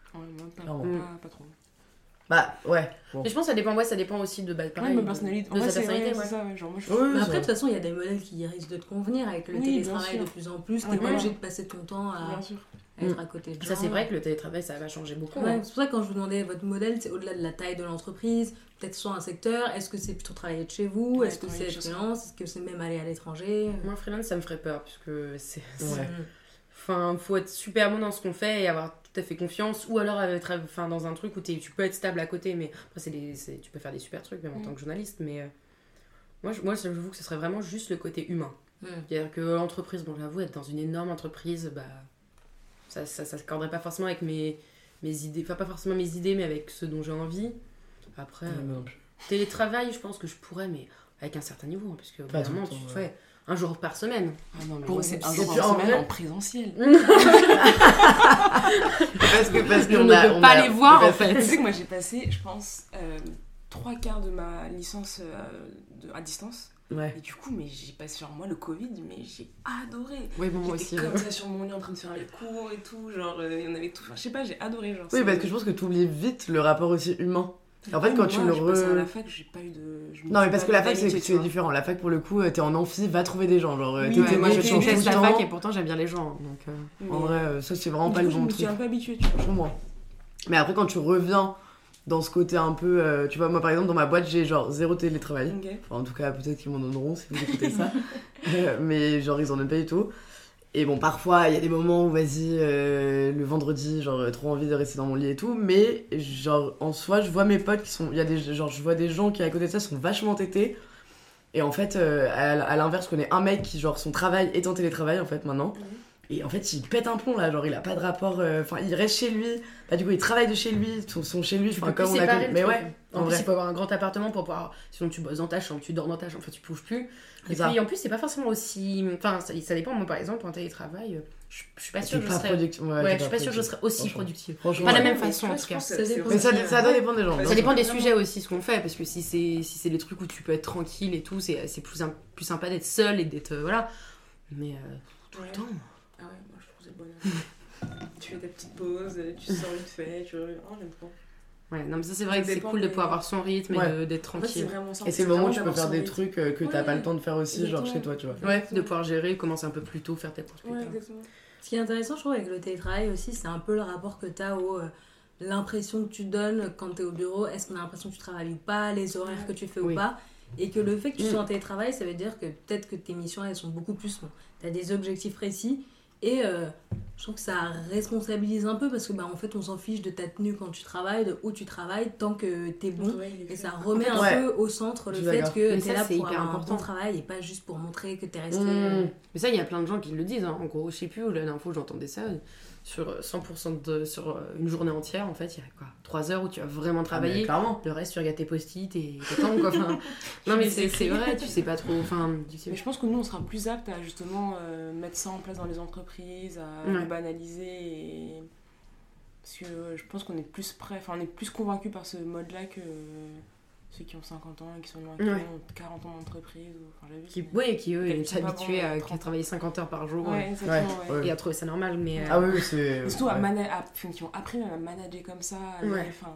pas, Clairement. pas, pas trop. Bah, ouais. Bon. Mais je pense que ça dépend, ouais, ça dépend aussi de, bah, pareil, Ouais, ma personnalité. de, En de vrai, sa c'est personnalité. ouais, Ouais. c'est ça, ouais. Genre, moi, je Oui, oui, Mais après, ça- de toute façon, il y a des modèles qui risquent de te convenir avec le Oui, bien télétravail sûr. de plus en plus. T'es Ouais, pas ouais. obligé de passer ton temps à, Bien sûr. à être à côté de gens. Ça, c'est vrai que le télétravail, ça va changer beaucoup. Ouais, hein. c'est pour ça que quand je vous demandais votre modèle, c'est au-delà de la taille de l'entreprise, peut-être sur un secteur, est-ce que c'est plutôt travailler de chez vous, Ouais, est-ce que travailler c'est de chez soi. freelance, est-ce que c'est même aller à l'étranger. Moi, freelance, ça me ferait peur, puisque c'est... c'est- Ouais. Enfin, faut être super bon dans ce qu'on fait et avoir tout à fait confiance, ou alors être enfin, dans un truc où t'es- tu peux être stable à côté, mais après, c'est des, c'est- tu peux faire des super trucs, même en Mm. tant que journaliste, mais... euh, moi, je, moi, j'avoue que ce serait vraiment juste le côté humain. Mm. C'est-à-dire que l'entreprise, bon, j'avoue, être dans une énorme entreprise, bah... Ça, ça, ça s'accorderait pas forcément avec mes, mes idées, enfin, pas forcément mes idées, mais avec ce dont j'ai envie. Après, Ouais, euh, mais non plus. télétravail, je pense que je pourrais, mais avec un certain niveau, hein, parce que Pas tout le vraiment, temps, tu ouais. fais un jour par semaine. Ah non, mais Pour- moi, c'est un c'est jour sûr, par en semaine vrai. en présentiel. Parce que, parce On qu'on ne a- peut on pas a- les voir, parce- en fait. Tu sais que moi j'ai passé, je pense, euh, trois quarts de ma licence euh, de- à distance. Ouais. Et du coup, mais j'ai passé genre moi le Covid, mais j'ai adoré. Oui, bon, moi J'étais aussi. comme euh. ça sur mon lit en train de faire les cours et tout, genre euh, il y en avait tout. Enfin, je sais pas, j'ai adoré genre. Oui, c'est- parce que je pense que tu oublies vite le rapport aussi humain. En fait, Oui, quand mais tu moi, le je passais re- à la fac, j'ai pas eu de. je me Non, mais suis parce pas que la fait fac, c'est d'amitié, tu c'est vois. différent. La fac, pour le coup, t'es en amphi, va trouver des gens. Genre, Oui, t'es ouais, t'es Moi, né, je tu changes tout déteste le la fac temps. et pourtant j'aime bien les gens. Donc, euh, Mais- En vrai, euh, ça, c'est vraiment Du pas coup, le je bon me suis truc. un peu habituée, tu vois. Pour moi. Mais après, quand tu reviens dans ce côté un peu. euh, tu vois, moi, par exemple, dans ma boîte, j'ai genre zéro télétravail. Ok. Enfin, en tout cas, peut-être qu'ils m'en donneront si vous écoutez ça. Euh, mais genre, ils en donnent pas du tout. Et bon, parfois, il y a des moments où, vas-y, euh, le vendredi, genre, euh, trop envie de rester dans mon lit et tout. Mais, genre, en soi, je vois mes potes qui sont. Il y a des. Genre, je vois des gens qui, à côté de ça, sont vachement tétés. Et en fait, euh, à, à l'inverse, je connais un mec qui, genre, son travail est en télétravail, en fait, maintenant. Et en fait, il pète un plomb, là. Genre, il a pas de rapport. Enfin, il reste chez lui. Bah, du coup, il travaille de chez lui, son, son chez lui. tu Enfin, peux comme plus on a séparer connu- le Mais truc. ouais, En en plus, vrai. il faut avoir un grand appartement pour pouvoir. Sinon, tu bosses dans ta chambre, tu dors dans ta chambre, enfin, tu bouges plus. C'est Et ça. puis, en plus, c'est pas forcément aussi. Enfin, ça, ça dépend. Moi, par exemple, en télétravail, euh, je, je suis pas sûre T'es que je pas serais. productif. Ouais, Ouais, t'es je suis pas sûre que je serais aussi Franchement. productive. Franchement, Pas la ouais. même Ouais, façon, mais en je tout cas. pense que Ça c'est dépend. Mais ça, aussi, ça euh, doit dépendre des gens. Ça bien Ça sûr. dépend des Vraiment. sujets aussi, ce qu'on fait, parce que si c'est si c'est des trucs où tu peux être tranquille et tout, c'est c'est plus, im- plus sympa d'être seul et d'être. euh, voilà. Mais euh, tout Ouais. le temps. Ah ouais, moi je trouve que c'est le bonheur. Tu fais ta petite pause, tu sors vite fait, tu. Oh, j'aime trop. Ouais, non, mais ça, c'est vrai Ça que c'est dépend cool de des- pouvoir avoir son rythme et Ouais. de- d'être En fait, c'est tranquille. vraiment ça. Et c'est le moment où tu peux vraiment faire des d'avoir son trucs euh, que t'as Ouais. pas le temps de faire aussi, genre Exactement. chez toi, tu vois. Ouais, de pouvoir gérer, commencer un peu plus tôt, faire tes courses plus rythme. Ouais, tard. exactement. Ce qui est intéressant, je trouve, avec le télétravail aussi, c'est un peu le rapport que tu as au. euh, l'impression que tu donnes quand tu es au bureau, est-ce qu'on a l'impression que tu travailles ou pas, les horaires que tu fais Oui. ou pas. Et que le fait que tu Mm. sois en télétravail, ça veut dire que peut-être que tes missions, elles sont beaucoup plus. Bon, tu as des objectifs précis. Et euh, je trouve que ça responsabilise un peu parce que, bah, en fait, on s'en fiche de ta tenue quand tu travailles, de où tu travailles, tant que tu es bon. Ouais, il est Et fait. ça remet un Ouais. peu au centre le Je suis fait d'accord. que Mais tu ça, es là c'est pour hyper avoir un important. bon travail et pas juste pour montrer que tu es resté. Mmh. Mais ça, il y a plein de gens qui le disent. Hein. En gros, je sais plus où la dernière fois où j'entendais ça. Sur cent pour cent de. Sur euh, une journée entière, en fait, il y a quoi trois heures où tu vas vraiment Ah, mais travailler. clairement. Le reste, tu regardes tes post-it et tes temps, quoi. Enfin, non, mais c'est c'est vrai, tu sais pas trop. Enfin, tu sais Mais je pense que nous, on sera plus apte à justement euh, mettre ça en place dans les entreprises, à Ouais. le banaliser. Et... Parce que euh, je pense qu'on est plus prêt, enfin, on est plus convaincus par ce mode-là que euh, ceux qui ont cinquante ans et qui sont loin, qui Ouais. ont quarante ans d'entreprise. Ou... Enfin, j'ai vu, qui, c'est- ouais, qui eux, Qui ils sont sont pas habitués bons, à, euh, à trente. travailler cinquante heures par jour. Ouais, exactement. Ouais, ouais. ouais. Et à trouver ça normal, mais. euh, Ah oui, oui, c'est. Et surtout à ouais. mana- à- enfin, qui ont appris même à manager comme ça. à Ouais. enfin,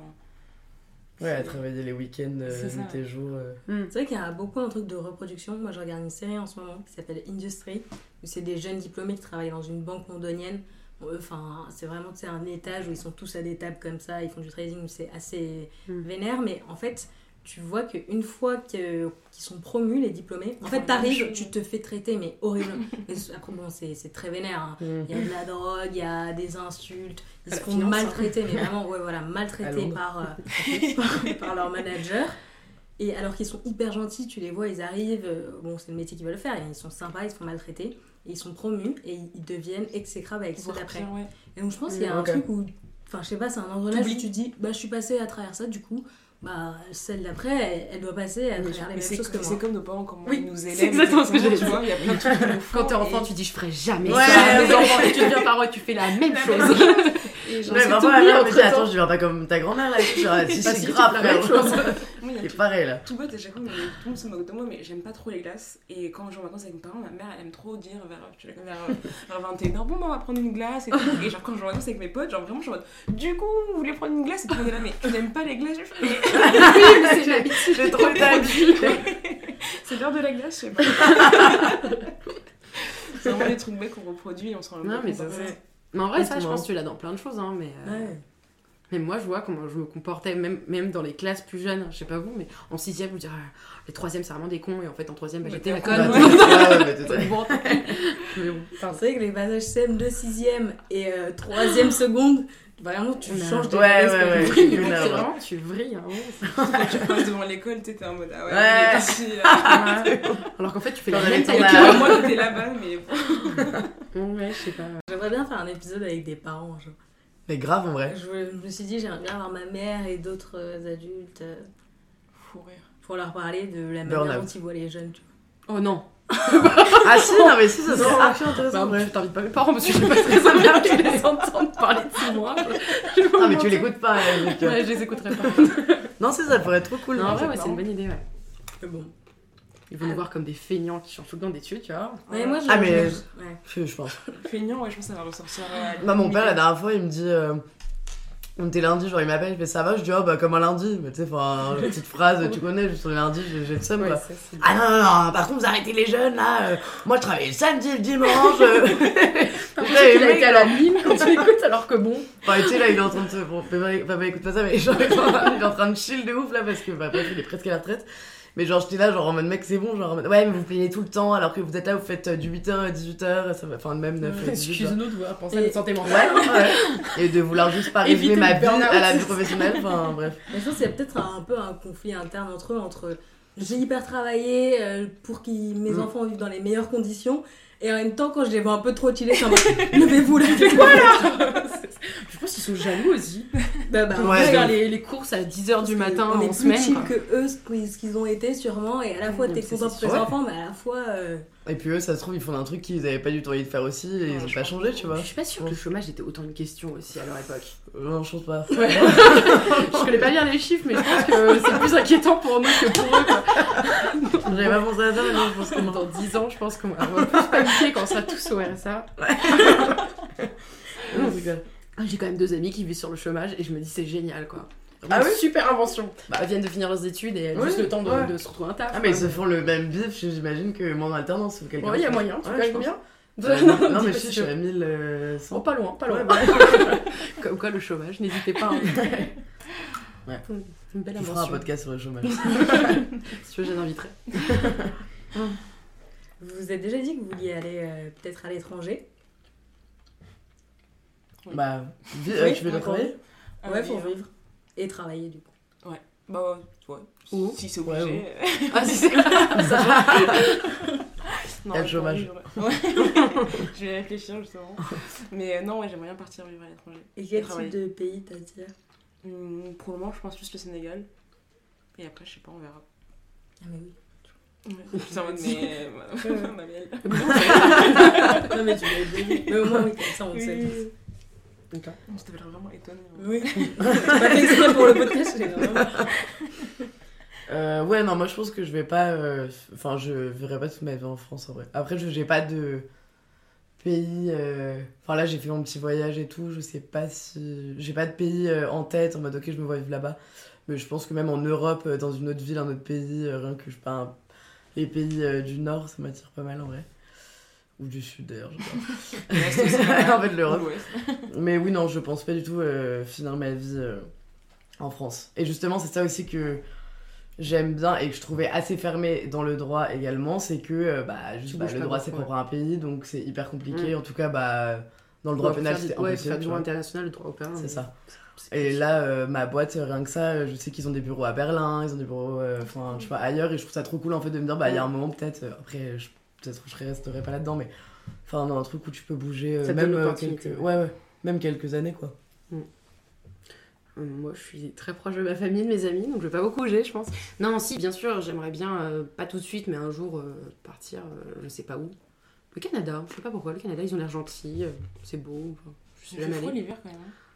Ouais, à c'est- travailler les week-ends, euh, C'est ça. nuit et jours. euh. hmm. C'est vrai qu'il y a beaucoup un truc de reproduction. Moi, je regarde une série en ce moment qui s'appelle Industry, où c'est des jeunes diplômés qui travaillent dans une banque londonienne. Bon, eux, enfin, c'est vraiment tu sais, un étage où ils sont tous à des tables comme ça, ils font du trading, c'est assez Mm. vénère. Mais en fait, tu vois qu'une fois que- qu'ils sont promus, les diplômés, en Ils fait, font la même t'arrives, chose. tu te fais traiter, mais horrible. Et après, bon, c'est c'est très vénère. Hein. Mmh. Il y a de la drogue, il y a des insultes, ils À se la font finance, hein. maltraiter, mais vraiment, ouais, voilà, À maltraités Londres. par, euh, par, par leur manager. Et alors qu'ils sont hyper gentils, tu les vois, ils arrivent, euh, bon, c'est le métier qu'ils veulent faire, et ils sont sympas, ils se font maltraiter, et ils sont promus, et ils deviennent exécrables avec ceux voire d'après. pire, ouais. Et donc je pense qu'il y a un Ok. truc où, enfin, je sais pas, c'est un engrenage où T'oublies. tu te dis, bah, je suis passée à travers ça, du coup, bah, celle d'après, elle, elle doit passer à Mais travers les mais mêmes c'est choses que c'est moi. comme nos parents, comment Oui, ils nous élèvent. c'est exactement ce que j'allais tu vois, il y a plein de trucs qu'ils nous font, Quand t'es enfant, et- tu dis je ferai jamais Ouais, ça. ouais. Les enfants, et tu deviens parent et tu fais la même chose. Et Et genre, Mais c'est vraiment, tout ma mis mère me dit, entre-temps. attends, je deviens pas comme ta grand-mère là. Je suis genre, si, Bah, c'est si, grave, tu fais la même frère. chose. Moi, il y a C'est tout, pareil là. tout bête à chaque fois, mais tout le monde se moque de moi, mais j'aime pas trop les glaces. Et quand je vais en vacances avec mes parents, ma mère, elle aime trop dire vers, je sais pas, vers, vers vingt et une heures, bon, bah, on va prendre une glace et tout. Et genre, quand je vais en vacances avec mes potes, genre vraiment, je suis en mode, du coup, vous voulez prendre une glace? Et tout le monde est là, mais tu n'aimes pas les glaces? Je fais, mais Oui, mais c'est l'habitude. J'ai trop d'habitude. c'est l'heure de la glace, je sais pas. C'est vraiment des trucs bêtes qu'on reproduit et on s'en rend Non, pas mais compte, ça, en fait. c'est- Mais en vrai, ça, je Exactement. pense que tu l'as dans plein de choses, hein, mais... euh, Ouais. Mais moi, je vois comment je me comportais, même, même dans les classes plus jeunes, je sais pas vous, mais en sixième, je me disais, ah, les troisièmes, c'est vraiment des cons, et en fait, en troisième, bah, Ouais, j'étais la t'es conne. un Bah, con. t'es- ouais, ouais, mais t'es très- Bon, mais bon, C'est vrai que les passages C M de sixième et euh, troisième seconde, vraiment tu Ouais, changes de ouais, vitesse, ouais, quoi. ouais. c'est Énerve. vraiment, tu vrilles, hein, ouais. Quand tu passes devant l'école, t'étais en mode, ah ouais, Ouais. il est parti, là. Alors qu'en fait, tu fais T'en la avais même ton taille âge. que Alors, moi. moi, j'étais là-bas, mais bon. Ouais, je sais pas. J'aimerais bien faire un épisode avec des parents. Genre. Mais grave en vrai. Je, je me suis dit, j'aimerais bien avoir ma mère et d'autres euh, adultes euh, Faut rire. pour leur parler de la Burnout. manière dont ils voient les jeunes. Tu vois. Oh non. Ah si, non mais si, ça serait archi Bah, intéressant en vrai. je t'invite pas mes parents parce que je sais pas très bien que je les entende parler de six mois. Ah mais tu l'écoutes pas, euh, donc, euh. Ouais, je les écouterai pas. Non, si, ça pourrait être trop cool. Non, en vrai, c'est ouais, c'est une bonne idée, ouais. Mais bon. Ils vont nous voir comme des feignants qui changent tout le temps d'études, tu vois. Ouais, moi, je, Ah, mais- je- ouais. Je, je pense. Feignant, ouais, je pense que ça va ressortir. euh, Bah, mon père, la limite. dernière fois, il me dit. euh, On était lundi, genre il m'appelle, il fait ça va, je dis oh bah comme un lundi, mais tu sais, enfin, une petite phrase, tu connais, juste sur le lundi, j'ai j'ai le seum Ouais, quoi. ça, c'est Ah non, non, non, par contre, vous arrêtez les jeunes là, euh, moi je travaille le samedi, le dimanche. euh. Par contre, Ouais, il a mec, été à la mine quand tu l'écoutes, alors que bon. Enfin, tu sais, là il est en train de se. Bon, papa, papa, écoute pas ça, mais genre il est en train- il est en train de chill de ouf là parce que bah, bref, il est presque à la retraite. Mais genre j'étais là, genre en mode mec, c'est bon, genre en mode ouais, mais vous plaignez tout le temps alors que vous êtes là, vous faites euh, du huit heures à dix-huit heures, ça va, enfin même neuf à dix-huit heures. Excuse-nous de vouloir penser à Et- notre santé Ouais, mentale. ouais. Et de vouloir juste pas résumer Éviter ma le vie burn-out. à la vie professionnelle, enfin bref. Mais je pense qu'il y a peut-être un, un peu un conflit interne entre eux, entre j'ai hyper travaillé euh, pour que mes Mm. enfants vivent dans les meilleures conditions, et en même temps, quand je les vois un peu trop chiller, c'est en mode levez-vous, levez-vous. Je pense qu'ils sont jaloux aussi. Bah, bah, On Ouais, va de faire ouf. les, les courses à dix heures du parce que matin on est en plus semaine. chill quoi. que eux, ce qu'ils ce qu'ils ont été sûrement, et à la fois Non, t'es mais ça, content c'est pour tes sûr. enfants, mais à la fois. euh, Et puis eux, ça se trouve, ils font un truc qu'ils avaient pas du tout envie de faire aussi et ils Ouais, ont je pas pense. changé, tu vois. Je suis pas sûre que le chômage était autant une question aussi à leur époque. Euh, Non, je pense pas. Ouais. Je connais pas bien les chiffres, mais je pense que c'est plus inquiétant pour nous que pour eux. Quoi. J'avais pas pensé à ça, mais non, je pense que non. Dans dix ans, je pense qu'on va plus paniquer quand on sera tous au R S A. Non, c'est clair. Ah, j'ai quand même deux amis qui vivent sur le chômage et je me dis c'est génial quoi. Ah Une oui super invention. Bah, elles viennent de finir leurs études et elles ont Oui, juste le temps de, ouais. de se retrouver un taf. Ah, mais ils quoi. se font le même bif, j'imagine, que moi en alternance ou quelqu'un. Ouais, il y a moyen. Tu Ouais, gagnes je pense. combien Euh, De- Non, dis mais pas si, si je tu suis veux. à mille Oh, cent. pas loin, pas loin. Ouais, bah, Comme quoi le chômage, n'hésitez pas. Hein. Ouais. Une belle tu feras un invention. podcast sur le chômage. Si tu veux, je l'inviterai. Vous vous êtes déjà dit que vous vouliez aller euh, peut-être à l'étranger? Oui. Bah, vi- Oui, euh, tu veux le d'accord. travailler Ah, Ouais, oui, pour hein. vivre. Et travailler du coup. Bah, ouais. Où Si c'est Ouais, obligé. Ah, si c'est Non, Il y a le pour chômage. vivre. Ouais. Je vais réfléchir justement. Mais euh, non, ouais, j'aimerais bien partir vivre à l'étranger. Et quel Travailler. type de pays t'attire? Hum, pour le moment, je pense plus le Sénégal. Et après, je sais pas, on verra. Ah, mais oui. Ouais. C'est en mode, mais. euh, ma belle. Non, mais tu l'avais dit. Mais au moins, oui, comme ça, on le sait. Oui. Donc, là. Je t'avais l'air vraiment étonnée. hein. Oui. Pas fait exprès pour le podcast, j'ai vraiment. Euh, ouais, non, moi je pense que je vais pas. euh, Enfin, je verrai pas toute ma vie en France en vrai. Après, je j'ai pas de pays. euh, Enfin, là, j'ai fait mon petit voyage et tout. Je sais pas si. J'ai pas de pays euh, en tête en mode ok, je me vois vivre là-bas. Mais je pense que même en Europe, euh, dans une autre ville, un autre pays, euh, rien que je sais pas. un- Les pays euh, du Nord, ça m'attire pas mal en vrai. Ou du Sud d'ailleurs, je sais pas. L'Est aussi, pas mal. En fait, l'Europe. Ou l'Ouest. Mais oui, non, je pense pas du tout euh, finir ma vie euh, en France. Et justement, c'est ça aussi que j'aime bien et que je trouvais assez fermé dans le droit également, c'est que euh, bah, juste, Tu bah, bouges le pas droit beaucoup, c'est ouais. propre à un pays, donc c'est hyper compliqué. Mm. En tout cas, bah, dans le droit Ouais, pénal, faire du- c'était ouais, impossible. faire du tu droit vois. international, le droit européen. C'est mais- ça. c'est Et possible. là, euh, ma boîte, euh, rien que ça, euh, je sais qu'ils ont des bureaux à Berlin, ils ont des bureaux euh, enfin, tu vois, ailleurs, et je trouve ça trop cool en fait de me dire, bah, il y a un moment peut-être, euh, après, je, peut-être que je resterai pas là-dedans, mais enfin, dans un truc où tu peux bouger, euh, Ça te même donne euh, l'opportunité, quelques... ouais. ouais, ouais, même quelques années, quoi. Euh, Moi, je suis très proche de ma famille, de mes amis, donc je vais pas beaucoup bouger, je pense. Non, si, bien sûr, j'aimerais bien, euh, pas tout de suite, mais un jour euh, partir, euh, je sais pas où. Le Canada, je sais pas pourquoi, le Canada, ils ont l'air gentils, euh, c'est beau, enfin, je suis Il jamais fait froid allée. l'hiver quand même. hein.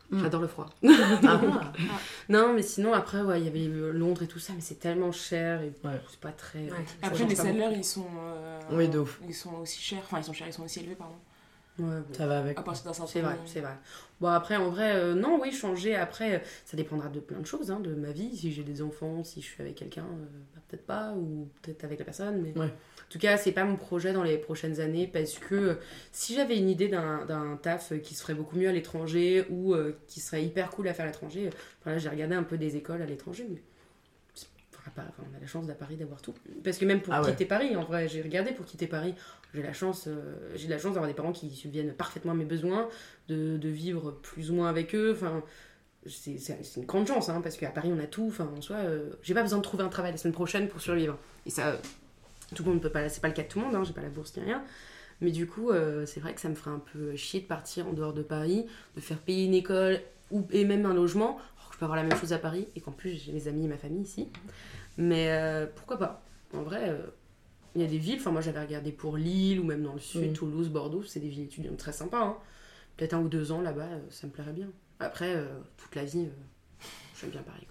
Mm. J'adore le froid. Ah. Non, mais sinon, après, ouais, il y avait Londres et tout ça, mais c'est tellement cher et Ouais. c'est pas très... Ouais. ça Après, change les pas salaires, ils sont. euh, Oui, de ouf. Ils sont aussi chers. Enfin, ils sont chers, ils sont aussi élevés, pardon. beaucoup. Ouais, bon. Ça va avec. À partir d'un certain C'est vrai, c'est vrai. Bon, après, en vrai, euh, non, oui, changer, après, euh, ça dépendra de plein de choses, hein, de ma vie, si j'ai des enfants, si je suis avec quelqu'un, euh, bah, peut-être pas, ou peut-être avec la personne, mais... Ouais. En tout cas, c'est pas mon projet dans les prochaines années, parce que euh, si j'avais une idée d'un, d'un taf qui se ferait beaucoup mieux à l'étranger, ou euh, qui serait hyper cool à faire à l'étranger, euh, voilà, j'ai regardé un peu des écoles à l'étranger, mais... c'est- enfin, on a la chance à Paris d'avoir tout. Parce que même pour Ah ouais. quitter Paris, en vrai, j'ai regardé pour quitter Paris, j'ai la chance, euh, j'ai la chance d'avoir des parents qui subviennent parfaitement à mes besoins, de, de vivre plus ou moins avec eux. Enfin, c'est, c'est, c'est une grande chance, hein, parce qu'à Paris, on a tout. Enfin, en soi, euh, j'ai pas besoin de trouver un travail la semaine prochaine pour survivre. Et ça, euh, tout le monde peut pas, c'est pas le cas de tout le monde, hein, j'ai pas la bourse ni rien. Mais du coup, euh, c'est vrai que ça me ferait un peu chier de partir en dehors de Paris, de faire payer une école ou, et même un logement, alors que je peux avoir la même chose à Paris, et qu'en plus, j'ai mes amis et ma famille ici. Mais euh, pourquoi pas ? En vrai, euh, il y a des villes, enfin moi j'avais regardé pour Lille ou même dans le sud, Mm. Toulouse, Bordeaux, c'est des villes étudiantes très sympas. Hein. Peut-être un ou deux ans là-bas, euh, ça me plairait bien. Après, euh, toute la vie, euh, j'aime bien Paris.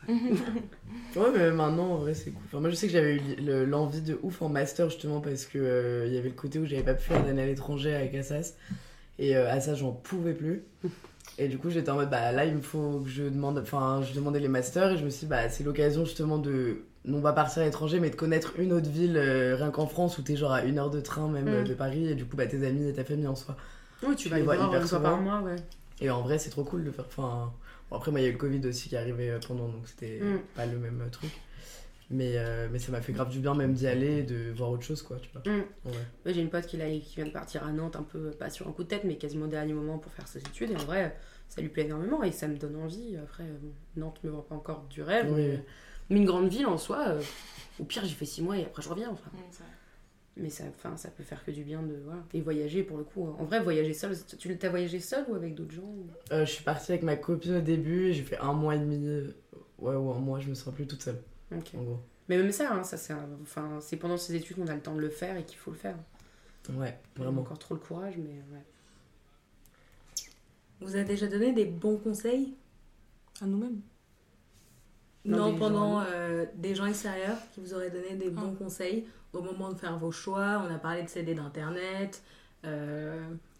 Quoi. Ouais, mais maintenant, en vrai, c'est cool. Enfin, moi, je sais que j'avais eu le- l'envie de ouf en master, justement, parce que euh, il y avait le côté où j'avais pas pu faire d'année à l'étranger avec Assas. Et euh, Assas, j'en pouvais plus. Et du coup, j'étais en mode, bah là, il me faut que je demande... Enfin, je demandais les masters et je me suis dit, bah, c'est l'occasion, justement, de... non pas partir à l'étranger, mais de connaître une autre ville, euh, rien qu'en France, où t'es genre à une heure de train, même, Mm. euh, de Paris. Et du coup, bah, tes amis et ta famille en soi. Oui, tu vas les les vois voir hyper une fois par souvent. mois, ouais. Et en vrai, c'est trop cool de faire... Enfin... Bon, après, moi, il y a eu le Covid aussi qui arrivait euh, pendant, donc c'était Mm. pas le même euh, truc. Mais, euh, mais ça m'a fait grave du bien même d'y aller et de voir autre chose, quoi, tu vois. Mm. Ouais. Ouais, j'ai une pote qui, là, qui vient de partir à Nantes, un peu, pas sur un coup de tête, mais quasiment au dernier moment pour faire ses études. Et en vrai, ça lui plaît énormément et ça me donne envie. Après, bon, Nantes me vend pas encore du rêve, Oui. mais, mais une grande ville en soi, euh, au pire, j'y fais six mois et après je reviens. Enfin. Mm, c'est vrai. Mais ça, enfin, ça peut faire que du bien de. Voilà. Et voyager pour le coup. En vrai, voyager seul, tu t'as voyagé seul ou avec d'autres gens ou... Euh, je suis partie avec ma copine au début, et j'ai fait un mois et demi, euh, ouais, ou un mois, je me sens plus toute seule, Ok. en gros. Mais même ça, hein, ça c'est, un- enfin, c'est pendant ses études qu'on a le temps de le faire et qu'il faut le faire. Ouais, J'ai vraiment. encore trop le courage, mais ouais. Vous avez déjà donné des bons conseils? À nous-mêmes. Non, Non, des pendant gens- euh, des gens extérieurs qui vous auraient donné des bons Ah. conseils au moment de faire vos choix. On a parlé de C D d'internet. euh,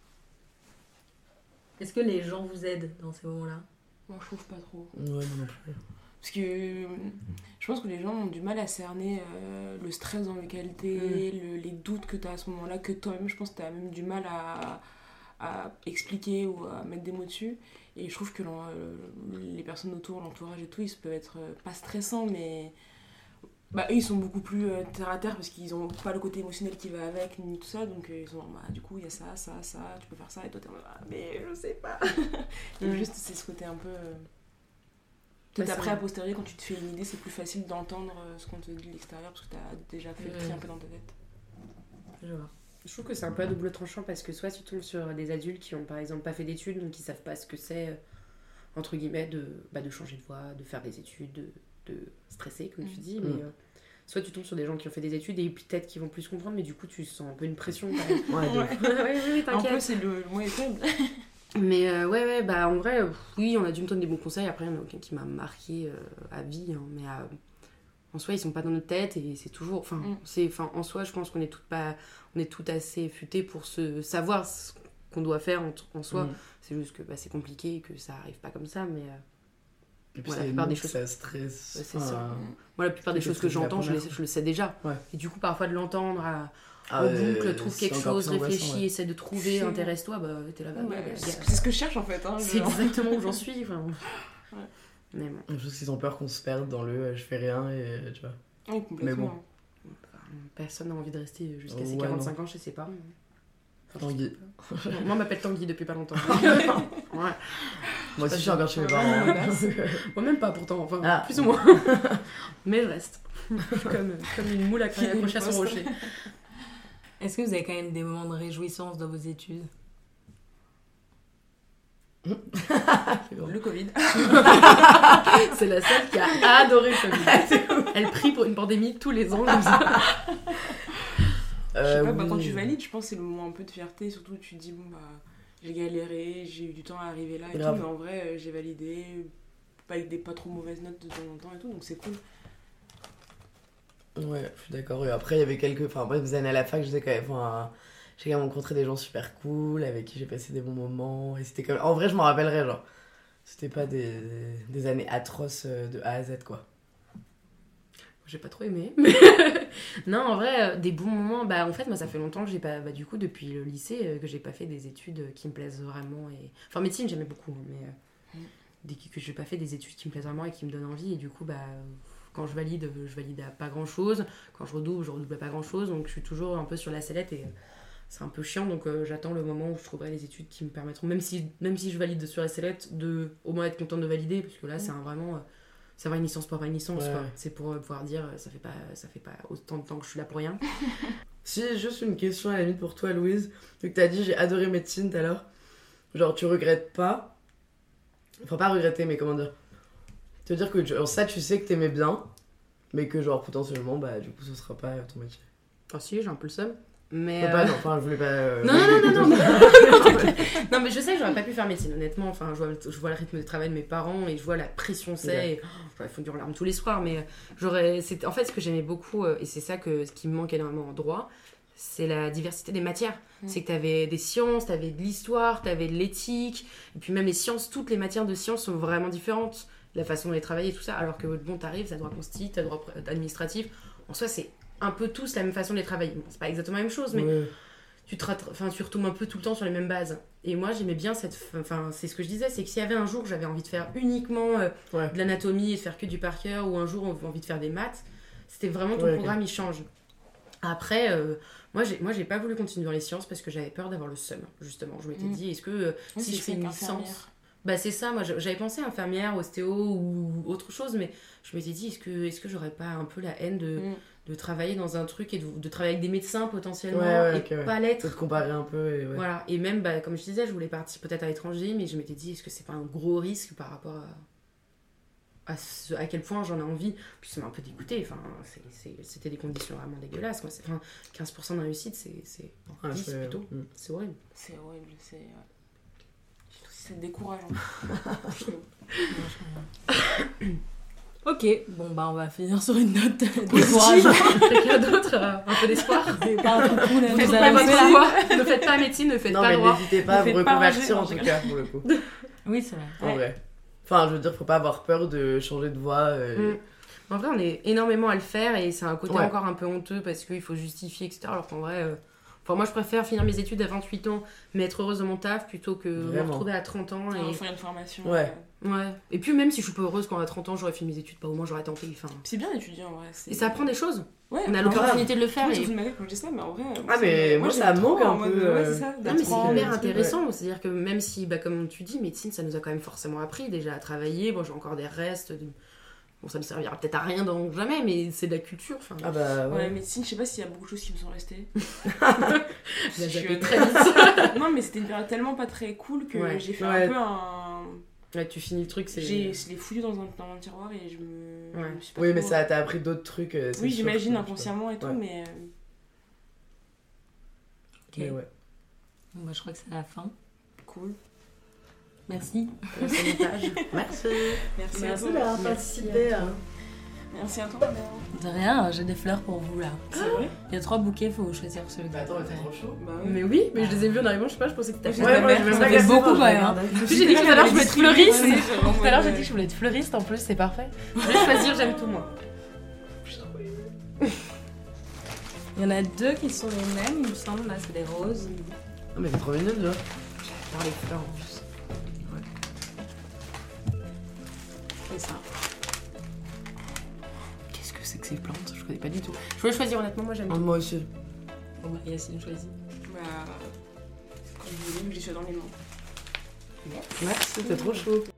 Est-ce que les gens vous aident dans ces moments-là? Moi, je trouve pas trop. Ouais, moi non plus. Parce que euh, je pense que les gens ont du mal à cerner euh, le stress dans lequel t'es, le- les doutes que t'as à ce moment-là, que toi-même, je pense que t'as même du mal à, à expliquer ou à mettre des mots dessus. Et je trouve que l'en- euh, les personnes autour, l'entourage et tout, ils peuvent être euh, pas stressants, mais bah, eux, ils sont beaucoup plus euh, terre à terre parce qu'ils ont pas le côté émotionnel qui va avec, ni tout ça. Donc euh, ils sont bah, du coup, il y a ça, ça, ça, tu peux faire ça, et toi, t'es en mode, ah, mais je sais pas. Et Mm. juste, c'est ce côté un peu. euh, Bah, Peut-être c'est après, vrai. a posteriori, quand tu te fais une idée, c'est plus facile d'entendre euh, ce qu'on te dit de l'extérieur parce que t'as déjà fait le tri Mm. un peu dans ta tête. Je vois. Je trouve que c'est un peu à double tranchant parce que soit tu tombes sur des adultes qui ont par exemple pas fait d'études, donc qui savent pas ce que c'est, euh, entre guillemets, de, bah, de changer de voie, de faire des études, de, de stresser, comme tu Mm. dis. Mm. Mais euh, soit tu tombes sur des gens qui ont fait des études et peut-être qu'ils vont plus comprendre, mais du coup tu sens un peu une pression quand même. Ouais, de Ouais. ouf. ouais, oui, oui, Un peu, t'inquiète. c'est le, le mot est faible. Mais euh, ouais, ouais, bah en vrai, euh, oui, on a dû me donner des bons conseils. Après, il n'y en a aucun qui m'a marqué euh, à vie. Hein, mais euh, en soi, ils sont pas dans notre tête et c'est toujours. Enfin, Mm. c'est, enfin, en soi, je pense qu'on est toutes pas, on est toutes assez futées pour se savoir ce qu'on doit faire en, en soi. Mm. C'est juste que bah, c'est compliqué et que ça arrive pas comme ça. Mais euh, Et puis Ouais, c'est la plupart nous des que choses- ça stresse. Ouais, c'est Enfin, ça. moi, la plupart des C'est choses ce que que c'est la j'entends, je, les- première je le sais déjà. Ouais. Et du coup, parfois de l'entendre à, ah en ouais, boucle, trouve c'est quelque encore chose, plus angoissant, réfléchis, ouais. essaie de trouver, C'est- intéresse-toi, bah t'es là-bas. Ouais, bah, c'est gars, c'est ce que je cherche en fait. Hein, c'est je- exactement où j'en suis. Enfin. Ouais. Mais bon. Je pense qu'ils ont peur qu'on se perde dans le euh, je fais rien et euh, tu vois. Oui, complètement. Mais Enfin, personne n'a envie de rester jusqu'à Oh, ses ouais, quarante-cinq ans chez ses parents. Enfin, Tanguy. je sais pas. Moi, on m'appelle Tanguy depuis pas longtemps. ouais. Moi aussi, je suis encore chez mes Ouais, parents. bah, c'est- Moi, même pas pourtant, enfin, Ah. plus ou moins. Mais je reste. Je suis comme, comme une moule accrochée à son rocher. Est-ce que vous avez quand même des moments de réjouissance dans vos études? Le Covid. C'est la seule qui a adoré le Covid. Elle prie pour une pandémie tous les ans. Comme ça. Je sais Euh, pas, bah, quand oui. tu valides, je pense que c'est le moment un peu de fierté, surtout où tu te dis, bon bah, j'ai galéré, j'ai eu du temps à arriver là et Grave. tout, mais en vrai, euh, j'ai validé, pas avec des pas trop mauvaises notes de temps en temps et tout, donc c'est cool. Ouais, je suis d'accord. Et après, il y avait quelques. Enfin, après, des années à la fac, je sais quand même. Enfin, j'ai quand même rencontré des gens super cool, avec qui j'ai passé des bons moments. Et c'était comme. En vrai, je m'en rappellerai, genre. C'était pas des, des années atroces de A à Z, quoi. J'ai pas trop aimé. Mais non, en vrai, euh, des bons moments. Bah, en fait, moi, ça fait longtemps que j'ai pas. Bah, du coup, depuis le lycée, euh, que j'ai pas fait des études euh, qui me plaisent vraiment. Et... Enfin, médecine, j'aimais beaucoup, hein, mais. Euh, Mm. dès que que j'ai pas fait des études qui me plaisent vraiment et qui me donnent envie. Et du coup, bah. Quand je valide, euh, je valide à pas grand chose. Quand je redouble, je redouble à pas grand chose. Donc, je suis toujours un peu sur la sellette et. euh, C'est un peu chiant, donc euh, j'attends le moment où je trouverai les études qui me permettront, même si, même si je valide sur la sellette, de au moins être contente de valider, parce que là, c'est un, vraiment. Euh, c'est avoir une licence pour avoir une licence, Ouais. quoi. C'est pour euh, pouvoir dire, euh, ça fait, pas, ça fait pas autant de temps que je suis là pour rien. Si, juste une question à la limite pour toi, Louise. Vu que t'as dit j'ai adoré médecine tout à l'heure. Genre, tu regrettes pas. Enfin, pas regretter, mais comment dire. Te dire que genre, ça, tu sais que t'aimais bien, mais que, genre, potentiellement, bah, du coup, ce sera pas ton métier. Enfin, si, j'ai un peu le seum. Mais. Faut euh, pas, non, enfin, je voulais pas. euh, Non, non, non, non, non, non. Non, mais je sais que j'aurais pas pu faire médecine, honnêtement. Enfin, je vois, je vois le rythme de travail de mes parents et je vois la pression que c'est. Ouais. Et, oh, j'aurais fondu en larmes tous les soirs, mais j'aurais. C'est, en fait, ce que j'aimais beaucoup, euh, et c'est ça que, ce qui me manque énormément en droit, c'est la diversité des matières. Mm. C'est que t'avais des sciences, t'avais de l'histoire, t'avais de l'éthique, et puis même les sciences, toutes les matières de sciences sont vraiment différentes. La façon dont les travailler et tout ça, alors que bon, t'arrives, t'as droit constitutif, t'as droit administratif. En soi, c'est un peu tous la même façon de les travailler. Bon, c'est pas exactement la même chose, mais. Ouais. Tu, te rattra- enfin, tu retombes un peu tout le temps sur les mêmes bases. Et moi, j'aimais bien cette... Enfin, c'est ce que je disais, c'est que s'il y avait un jour j'avais envie de faire uniquement euh, Ouais. de l'anatomie et de faire que du par cœur, ou un jour on avait envie de faire des maths, c'était vraiment ton Ouais, ok. programme, il change. Après, euh, moi, j'ai, moi, j'ai pas voulu continuer dans les sciences parce que j'avais peur d'avoir le seum, justement. Je m'étais Mm. dit, est-ce que euh, Oui, si c'est je fais ça, une qu'infirmière. licence... Bah c'est ça, moi j'avais pensé infirmière, ostéo ou autre chose, mais je m'étais dit, est-ce que, est-ce que j'aurais pas un peu la haine de... Mm. de travailler dans un truc et de, de travailler avec des médecins potentiellement Ouais, ouais, et ok, ouais. pas l'être. Faut te comparer un peu et ouais. Voilà, et même, bah, comme je disais, je voulais partir peut-être à l'étranger, mais je m'étais dit, est-ce que c'est pas un gros risque par rapport à, à, ce- à quel point j'en ai envie. Puis ça m'a un peu dégoûtée, enfin, c'est- c'est- c'était des conditions vraiment dégueulasses. Moi. C'est- Enfin, quinze pour cent de réussite, c'est, c'est Ah, dix c'est- plutôt, mm. c'est horrible. C'est horrible, c'est. Ouais. C'est décourageant. je trouve. Ok, bon bah on va finir sur une note de courage. Quelqu'un d'autre a un peu d'espoir. C'est pas un truc cool à Ne nous faites pas annoncer, votre là. droit, ne faites pas médecine, ne faites Non, pas mais droit. n'hésitez pas à Ne vous faites pas reconvertir rager, en en tout tout cas, pour le coup. Oui, c'est vrai. En Ouais. vrai. Enfin, je veux dire, faut pas avoir peur de changer de voie. euh, Mm. En vrai, on est énormément à le faire et c'est un côté Ouais. encore un peu honteux parce qu'il faut justifier, et cetera. Alors qu'en vrai, euh, enfin, moi je préfère finir mes études à vingt-huit ans mais être heureuse de mon taf plutôt que me Vraiment. retrouver à trente ans. On Et... faire une formation. Ouais. euh. Ouais. Et puis même si je suis pas heureuse quand à trente ans j'aurais fini mes études, pas au moins j'aurais tenté. Enfin... C'est bien d'étudier en vrai. c'est- Et ça apprend des choses. Ouais, On a en l'opportunité de le faire. Moi, Et... je ma gueule quand je dis ça, mais en vrai. Ah, mais moi, ça j'aime manque trop, un en mode, peu, Ouais, euh, c'est ça. Non, mais c'est d'apprendre, hyper ouais. intéressant. C'est-à-dire que même si, bah, comme tu dis, médecine, ça nous a quand même forcément appris déjà à travailler. Bon, j'ai encore des restes. de- Bon, ça ne servira peut-être à rien dans jamais, mais c'est de la culture. Enfin, Ah bah Ouais, ouais. médecine, je sais pas s'il y a beaucoup de choses qui me sont restées. je l'ai Je zappé suis très vite. Non, mais c'était une période tellement pas très cool que Ouais. j'ai fait Ouais. un peu un. Ouais, tu finis le truc, c'est. J'ai je l'ai fouillé dans un, dans un tiroir et je me. Ouais. je me suis pas Oui, mais trop- ça t'a appris d'autres trucs. euh, c'est Oui, sûr j'imagine que- inconsciemment et tout, Ouais. mais. euh, Ok. Mais ouais. Bon, bah, je crois que c'est la fin. Cool. Merci. Le sanitage. Merci. Merci, à Merci toi. d'avoir Merci participé. à toi. Merci à toi, Mère. De rien, j'ai des fleurs pour vous là. C'est vrai? Il y a trois bouquets, faut choisir celui que Bah attends, mais vous t'es préférez. trop chaud. Bah oui. Mais oui, mais je les ai vus en arrivant, je sais pas, je pensais que t'avais. Ouais, Ouais, moi mère, j'ai même ça pas fait cassé, beaucoup, enfin, je quand même, regarde. En plus, j'ai dit tout à l'heure, je voulais être fleuriste. Ouais, Tout à l'heure, j'ai dit que je voulais être fleuriste en plus, c'est parfait. Je vais choisir, j'aime tout moi. Il y en a deux qui sont les mêmes, il me semble. Là, c'est des roses. Ah, mais c'est trop mignon, tu vois. J'adore les fleurs en plus. C'est ça. Qu'est-ce que c'est que ces plantes? Je connais pas du tout. Je voulais choisir honnêtement, moi j'aime Ah, tout. moi aussi. Bon, bah, Yacine choisit. Bah. Comme je disais, je les suis dans les mains. Merci, c'était trop chaud.